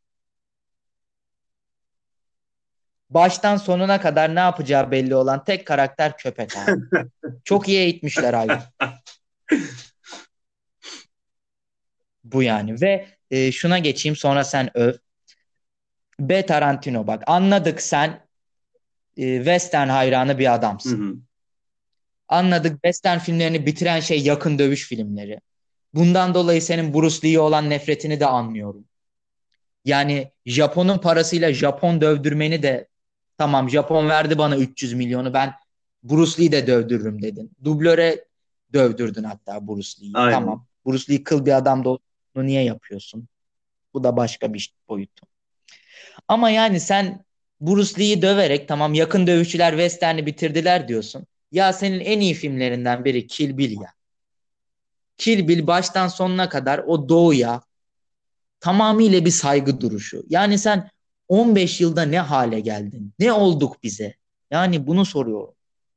Baştan sonuna kadar ne yapacağı belli olan tek karakter köpek abi. Çok iyi eğitmişler hayvan. Bu yani. Ve e, şuna geçeyim sonra sen öv. B. Tarantino, bak anladık sen e, western hayranı bir Hı adamsın. hı. Anladık, western filmlerini bitiren şey yakın dövüş filmleri. Bundan dolayı senin Bruce Lee'ye olan nefretini de anlıyorum. Yani Japon'un parasıyla Japon dövdürmeni de tamam, Japon verdi bana üç yüz milyonu, ben Bruce Lee'yi de dövdürürüm dedin. Dublöre dövdürdün hatta Bruce Lee'yi. Aynen. Tamam. Bruce Lee kıl bir adam da bunu niye yapıyorsun? Bu da başka bir boyutu. Ama yani sen Bruce Lee'yi döverek tamam yakın dövüşçüler Western'i bitirdiler diyorsun. Ya senin en iyi filmlerinden biri Kill Bill ya. Kill Bill baştan sonuna kadar o doğuya tamamıyla bir saygı duruşu. Yani sen on beş yılda ne hale geldin? Ne olduk bize? Yani bunu soruyorum.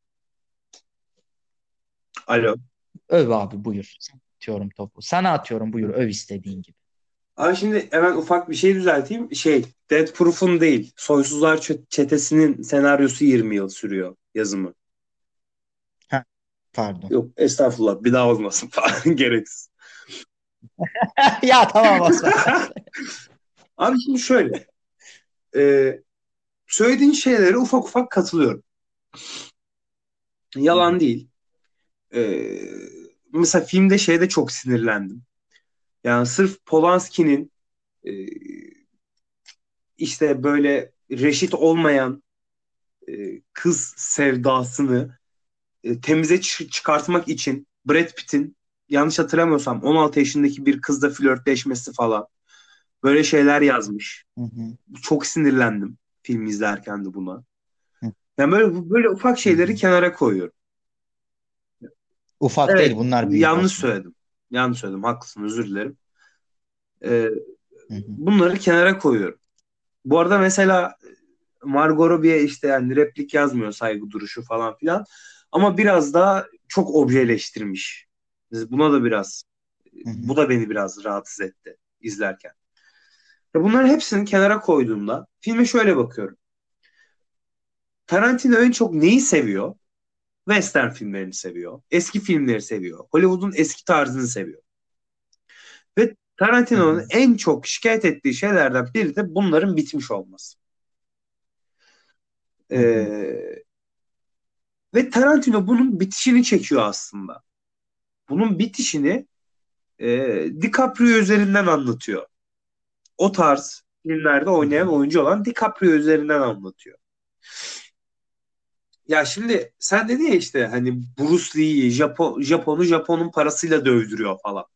Alo. Öv abi, buyur. Sana atıyorum topu. Sana atıyorum, buyur, öv istediğin gibi. Abi şimdi hemen ufak bir şey düzelteyim. Şey, Death Proof'un değil. Soysuzlar Ç- Çetesi'nin senaryosu yirmi yıl sürüyor yazımı. Heh, pardon. Yok estağfurullah bir daha olmasın falan gereksiz. Ya tamam Osman. Abi şimdi şöyle. E, söylediğin şeylere ufak ufak katılıyorum. Hı Yalan hı, değil. E, mesela filmde şeyde çok sinirlendim. Yani sırf Polanski'nin e, işte böyle reşit olmayan e, kız sevdasını e, temize çı- çıkartmak için Brad Pitt'in yanlış hatırlamıyorsam on altı yaşındaki bir kızla flörtleşmesi falan böyle şeyler yazmış. hı hı, Çok sinirlendim film izlerken de buna. hı Yani böyle böyle ufak hı. şeyleri kenara koyuyorum. Ufak değil, Evet, bunlar büyük yanlış Osman. söyledim. Yanlış söyledim. Haklısın, özür dilerim. Ee, Hı hı. bunları kenara koyuyorum. Bu arada mesela Margot Robbie'ye işte yani replik yazmıyor saygı duruşu falan filan. Ama biraz daha çok objeleştirmiş. Buna da biraz Hı hı. bu da beni biraz rahatsız etti izlerken. Ya bunların hepsini kenara koyduğumda filme şöyle bakıyorum. Tarantino en çok neyi seviyor? Western filmlerini seviyor. Eski filmleri seviyor. Hollywood'un eski tarzını seviyor. Ve Hı hı. Tarantino'nun en çok şikayet ettiği şeylerden biri de bunların bitmiş olması. Hı hı. Ee, ve Tarantino bunun bitişini çekiyor aslında. Bunun bitişini e, DiCaprio üzerinden anlatıyor. O tarz filmlerde Hı oynayan hı. oyuncu olan DiCaprio üzerinden anlatıyor. Ya şimdi sen dedin ya işte hani Bruce Lee'yi Japon, Japon'u Japon'un parasıyla dövdürüyor falan.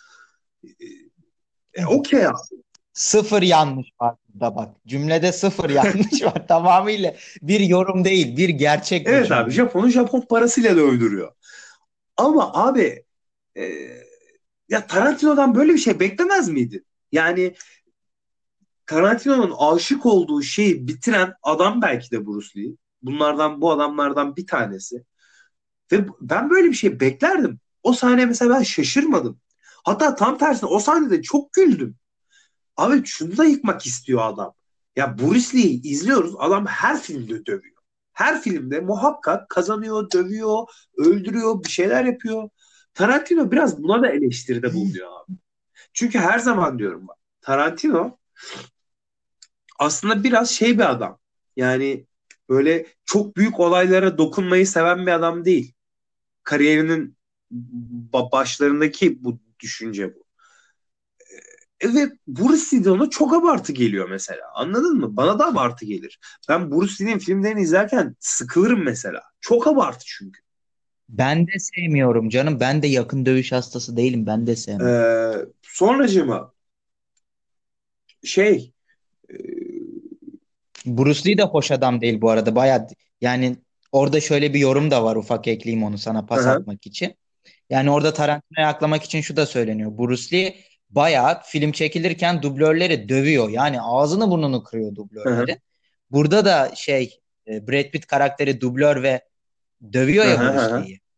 E, Evet. okey abi. Sıfır yanlış var burada bak. Cümlede sıfır yanlış var. Tamamıyla bir yorum değil, bir gerçek bu Evet abi cümle. Japon'u Japon parasıyla dövdürüyor. Ama abi e, ya Tarantino'dan böyle bir şey beklemez miydi? Yani Tarantino'nun aşık olduğu şeyi bitiren adam belki de Bruce Lee. Bunlardan bu adamlardan bir tanesi. Ve ben böyle bir şey beklerdim. O sahne mesela ben şaşırmadım. Hatta tam tersine o sahnede çok güldüm. Abi şunu da yıkmak istiyor adam. Ya Bruce Lee'yi izliyoruz. Adam her filmde dövüyor. Her filmde muhakkak kazanıyor, dövüyor, öldürüyor, bir şeyler yapıyor. Tarantino biraz buna da eleştiride bulunuyor abi. Çünkü her zaman diyorum bak. Tarantino aslında biraz şey bir adam. Yani böyle çok büyük olaylara dokunmayı seven bir adam değil. Kariyerinin başlarındaki bu düşünce bu. Evet, Bruce Lee de ona çok abartı geliyor mesela. Anladın mı? Bana da abartı gelir. Ben Bruce Lee'nin filmlerini izlerken sıkılırım mesela. Çok abartı çünkü. Ben de sevmiyorum canım. Ben de yakın dövüş hastası değilim. Ben de sevmem. Ee, sonracığıma şey e, Bruce Lee de hoş adam değil bu arada. Baya yani orada şöyle bir yorum da var. Ufak ekleyeyim onu sana pas aha, atmak için. Yani orada Tarantino'yu aklamak için şu da söyleniyor. Bruce Lee bayağı film çekilirken dublörleri dövüyor. Yani ağzını burnunu kırıyor aha, dublörleri. Burada da şey e, Brad Pitt karakteri dublör ve dövüyor ya aha, Bruce aha. Lee'yi.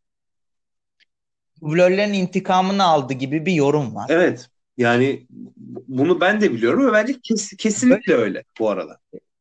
Dublörlerin intikamını aldı gibi bir yorum var. Evet. Yani bunu ben de biliyorum ve bence kes- kesinlikle Böyle öyle bu arada.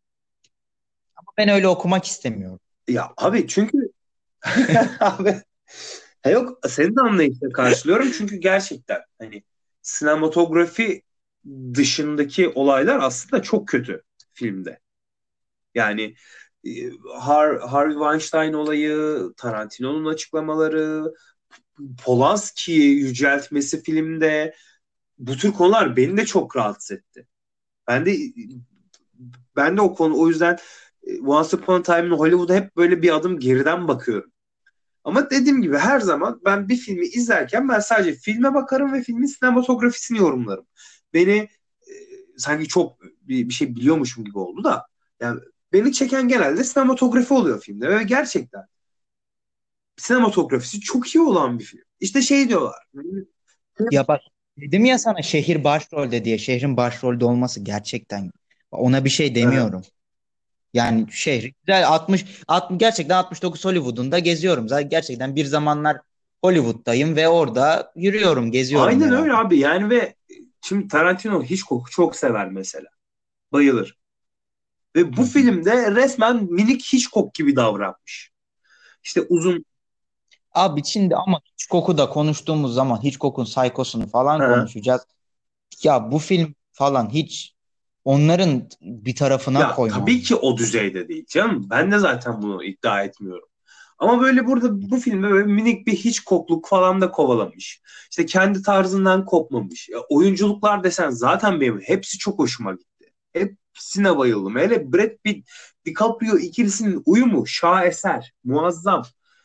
ama ben öyle okumak istemiyorum. Ya abi çünkü abi ha yok, senin de anlayışla karşılıyorum çünkü gerçekten hani sinematografi dışındaki olaylar aslında çok kötü filmde. Yani e, Har Harvey Weinstein olayı, Tarantino'nun açıklamaları, Polanski'yi yüceltmesi filmde, bu tür konular beni de çok rahatsız etti. Ben de ben de o konu o yüzden e, Once Upon a Time in Hollywood'a hep böyle bir adım geriden bakıyorum. Ama dediğim gibi her zaman ben bir filmi izlerken ben sadece filme bakarım ve filmin sinematografisini yorumlarım. Beni e, sanki çok bir, bir şey biliyormuşum gibi oldu da yani beni çeken genelde sinematografi oluyor filmde ve gerçekten sinematografisi çok iyi olan bir film. İşte şey diyorlar. Ya bak dedim ya sana şehir başrolde diye. Şehrin başrolde olması gerçekten ona bir şey Aha. demiyorum. Yani şehri güzel altmış, altmış gerçekten altmış dokuz Hollywood'unda geziyorum. Zaten gerçekten bir zamanlar Hollywood'dayım ve orada yürüyorum, geziyorum Aynen öyle beraber. abi yani ve şimdi Tarantino Hitchcock'u çok sever mesela. Bayılır. Ve Hı bu hı. filmde resmen minik Hitchcock gibi davranmış. İşte uzun. Abi şimdi ama Hitchcock'u da konuştuğumuz zaman Hitchcock'un Psycho'sunu falan Hı. konuşacağız. Ya bu film falan hiç onların bir tarafına Ya koymam. tabii ki o düzeyde değil canım. Ben de zaten bunu iddia etmiyorum. Ama böyle burada bu filmde böyle minik bir Hitchcockluk falan da kovalamış. İşte kendi tarzından kopmamış. Ya, oyunculuklar desen zaten benim hepsi çok hoşuma gitti. Hepsine bayıldım. Hele Brad Pitt, DiCaprio ikilisinin uyumu şaheser, muazzam.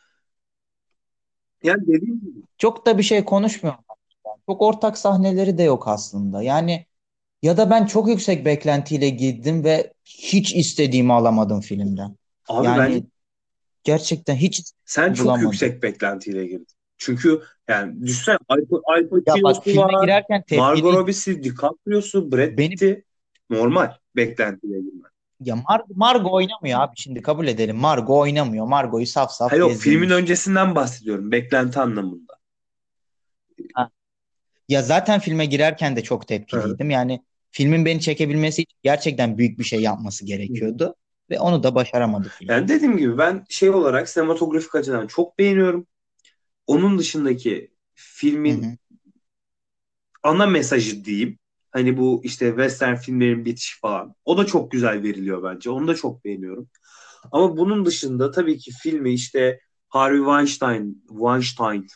Yani dediğim gibi. Çok da bir şey konuşmuyorlar. Çok ortak sahneleri de yok aslında. Yani ya da ben çok yüksek beklentiyle gittim ve hiç istediğimi alamadım filmden. Abi bence Yani gerçekten hiç sen istediğimi çok bulamadım. yüksek beklentiyle girdin. Çünkü yani düşünsene Al, Al Ya bak Pacino'su filme var, girerken Margot tepkiliydim. Robbie'si, DiCaprio'su, Brad Benim Pitt'i. Normal beklentiyle girmen. ya Mar Margo oynamıyor abi şimdi kabul edelim. Margo oynamıyor. Margo'yu saf Hayır saf yok, filmin gezdirmiş. öncesinden bahsediyorum. Beklenti anlamında. Ha. Ya zaten filme girerken de çok Hı hı. tepkiliydim. Yani filmin beni çekebilmesi için gerçekten büyük bir şey yapması Hı hı. gerekiyordu. Ve onu da başaramadı film. Yani dediğim gibi ben şey olarak sinematografik açıdan çok beğeniyorum. Onun dışındaki Hı filmin hı. ana mesajı diyeyim. Hani bu işte western filmlerin bitişi falan. O da çok güzel veriliyor bence. Onu da çok beğeniyorum. Ama bunun dışında tabii ki filmi işte Harvey Weinstein, Weinstein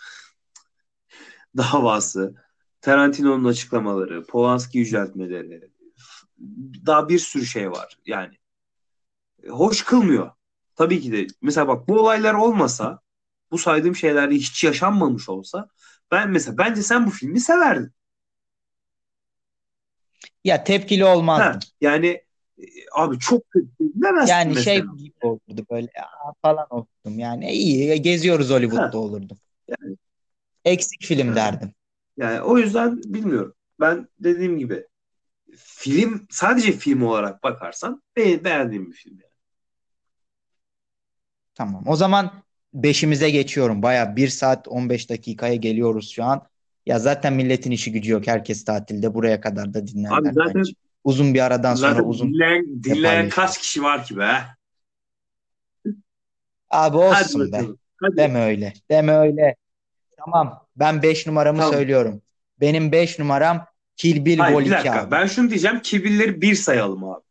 davası, Tarantino'nun açıklamaları, Polanski yüceltmeleri, daha bir sürü şey var. Yani hoş kılmıyor. Tabii ki de. Mesela bak bu olaylar olmasa, bu saydığım şeyler hiç yaşanmamış olsa ben mesela bence sen bu filmi severdin. Ya tepkili Ha olmazdım. yani e, abi çok kötü demezsin Yani şey mesela. gibi olurdu böyle "Aa," falan olurdum. Yani iyi geziyoruz Hollywood'da Ha olurdum. yani, Eksik film ha. derdim. Yani o yüzden bilmiyorum. Ben dediğim gibi film sadece film olarak bakarsan be beğendiğim bir film yani. Tamam. O zaman beşimize geçiyorum. Baya bir saat on beş dakikaya geliyoruz şu an. Ya zaten milletin işi gücü yok. Herkes tatilde. Buraya kadar da Abi dinlerler bence. zaten Uzun bir aradan sonra zaten uzun dinleyen de dinleyen paylaşıyoruz. kaç kişi var ki be? Abi Hadi olsun be. bakalım. Hadi. Deme öyle. Deme öyle. Tamam. Ben beş numaramı Tamam. söylüyorum. Benim beş numaram Kill Bill Hayır Vol bir iki dakika. abi. Ben şunu diyeceğim. Kibilleri bir sayalım abi.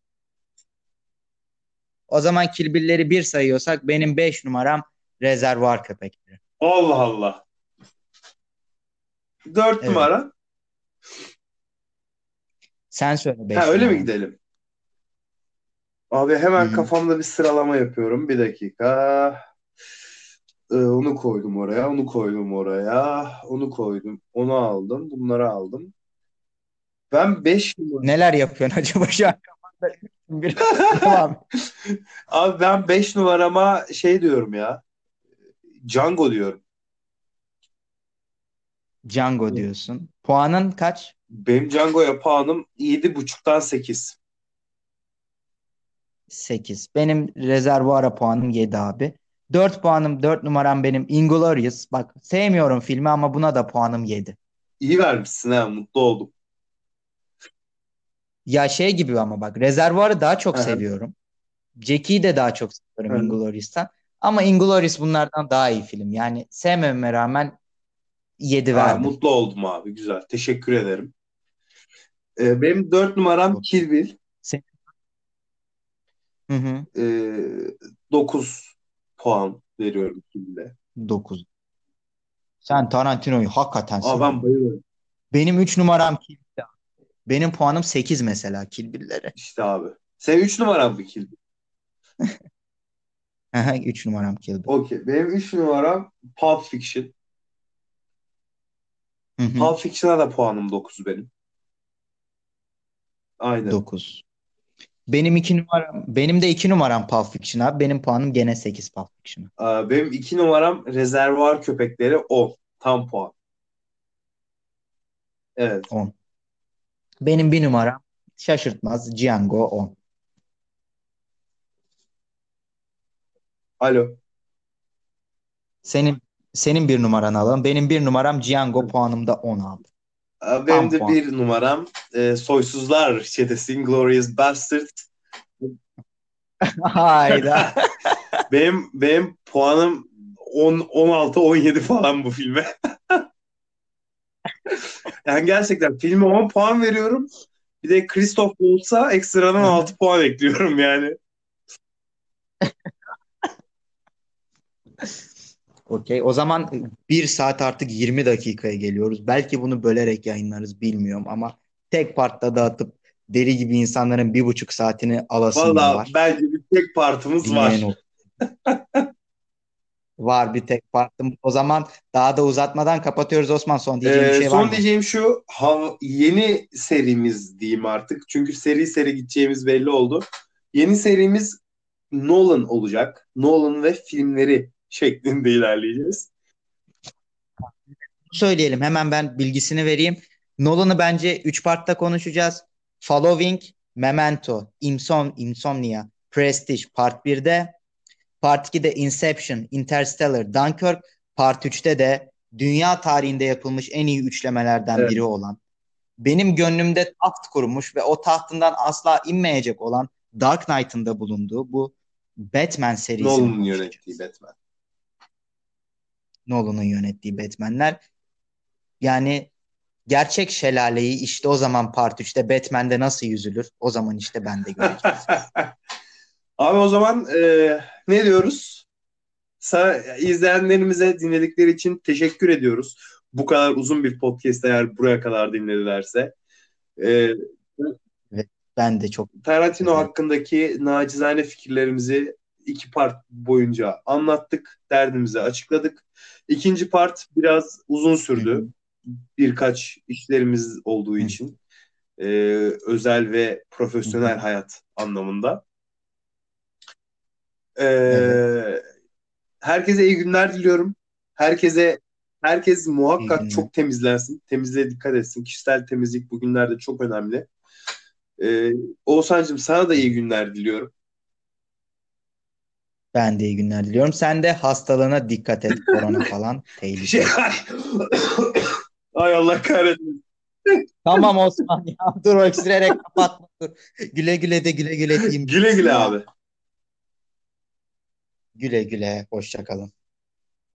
O zaman Kill Bill'leri bir sayıyorsak benim beş numaram Rezervuar Köpekleri. Allah Allah. Dört Evet. numara. Sen söyle Ha beş öyle mi numaranı. gidelim? Abi Hı hemen hı. kafamda bir sıralama yapıyorum. Bir dakika. Ee, onu koydum oraya, onu koydum oraya, onu koydum, onu aldım, bunları aldım. Ben beş numara. Neler yapıyorsun acaba şu an kafanda? Biraz devam et. Abi ben beş numarama şey diyorum ya. Django diyorum. Django diyorsun. Puanın kaç? Benim Django'ya puanım yedi buçuktan sekiz. Sekiz. Benim rezervuara puanım yedi abi. Dört puanım, dört numaram benim Inglourious. Bak sevmiyorum filmi ama buna da puanım yedi. İyi vermişsin ha, mutlu oldum. Ya şey gibi ama bak rezervuarı daha Hı çok hı, seviyorum. Jackie'yi de daha çok hı seviyorum hı. Inglorious'tan. Ama Inglourious bunlardan daha iyi film. Yani sevmememe rağmen yedi Aa, verdim. mutlu oldum abi, güzel. Teşekkür ederim. Ee, benim dört numaram Okey. Kill Bill. Sen... Hı hı. Ee, dokuz puan veriyorum Kill Bill'e. dokuz. Sen Tarantino'yu hakikaten Aa, ben seviyorsun. bayılıyorum. Benim üç numaram Kill Bill. Benim puanım sekiz mesela Kill Bill'lere. İşte abi. Sen üç numaram mı Kill Bill? üç numaram Kill Bill. Okey. Benim üç numaram Pulp Fiction. Hı hı. Pulp Fiction'a da puanım dokuz benim. Aynen. dokuz. Benim iki numaram, benim de iki numaram Pulp Fiction abi. Benim puanım gene sekiz Pulp Fiction'a. Aa, benim iki numaram Rezervuar Köpekleri on. Tam puan. Evet. on. Benim bir numaram şaşırtmaz Django on. Alo. Senin senin bir numaranı alalım. Benim bir numaram Django puanım da on abi. Aa, benim Tam de puan. bir numaram e, Soysuzlar Çetesi Inglourious Basterds. Hayda. Benim benim puanım on, on altı on yedi falan bu filme. Yani gerçekten filme on puan veriyorum. Bir de Christoph Waltz'a ekstradan altı puan ekliyorum yani. Okey. O zaman bir saat artık yirmi dakikaya geliyoruz. Belki bunu bölerek yayınlarız bilmiyorum ama tek partta dağıtıp deli gibi insanların bir buçuk saatini alasım da Valla var. bence bir tek partımız Dinleyen var. o. Var bir tek partım. O zaman daha da uzatmadan kapatıyoruz Osman. Son diyeceğim bir Ee, şey var son mı? diyeceğim şu, ha, yeni serimiz diyeyim artık. Çünkü seri seri gideceğimiz belli oldu. Yeni serimiz Nolan olacak. Nolan ve filmleri şeklinde ilerleyeceğiz. Söyleyelim hemen ben bilgisini vereyim. Nolan'ı bence üç partta konuşacağız. Following, Memento, Insom, Insomnia, Prestige Part birde. Part ikide Inception, Interstellar, Dunkirk. Part üçte de dünya tarihinde yapılmış en iyi üçlemelerden Evet, biri olan, benim gönlümde taht kurmuş ve o tahtından asla inmeyecek olan Dark Knight'ın da bulunduğu bu Batman serisini Nolan'ın yönettiği konuşacağız. Batman. Nolan'ın yönettiği Batman'ler. Yani gerçek şelaleyi işte o zaman Part üçte Batman'de nasıl yüzülür? O zaman işte ben de göreceğiz. Abi o zaman e, ne diyoruz? Sa izleyenlerimize dinledikleri için teşekkür ediyoruz. Bu kadar uzun bir podcast eğer buraya kadar dinledilerse. E, Ve ben de çok Tarantino ederim. hakkındaki nacizane fikirlerimizi iki part boyunca anlattık. Derdimizi açıkladık. İkinci part biraz uzun Hı sürdü. hı, Birkaç işlerimiz olduğu hı için. E, özel ve hı, profesyonel hı. hayat anlamında. Evet, E, herkese iyi günler diliyorum. Herkese herkes iyi muhakkak günler. çok temizlensin. Temizliğe dikkat etsin. Kişisel temizlik bugünlerde çok önemli. E, Oğuzhan'cığım sana da iyi Evet. günler diliyorum. Ben de iyi günler diliyorum. Sen de hastalığına dikkat et. Korona falan Şey, tehlikeli. ay Allah kahretsin. Tamam Osman ya. Dur öksürerek kapatma. Dur. Güle güle de güle güle diyeyim Güle bitsin güle ya. abi. Güle güle. Hoşça kalın.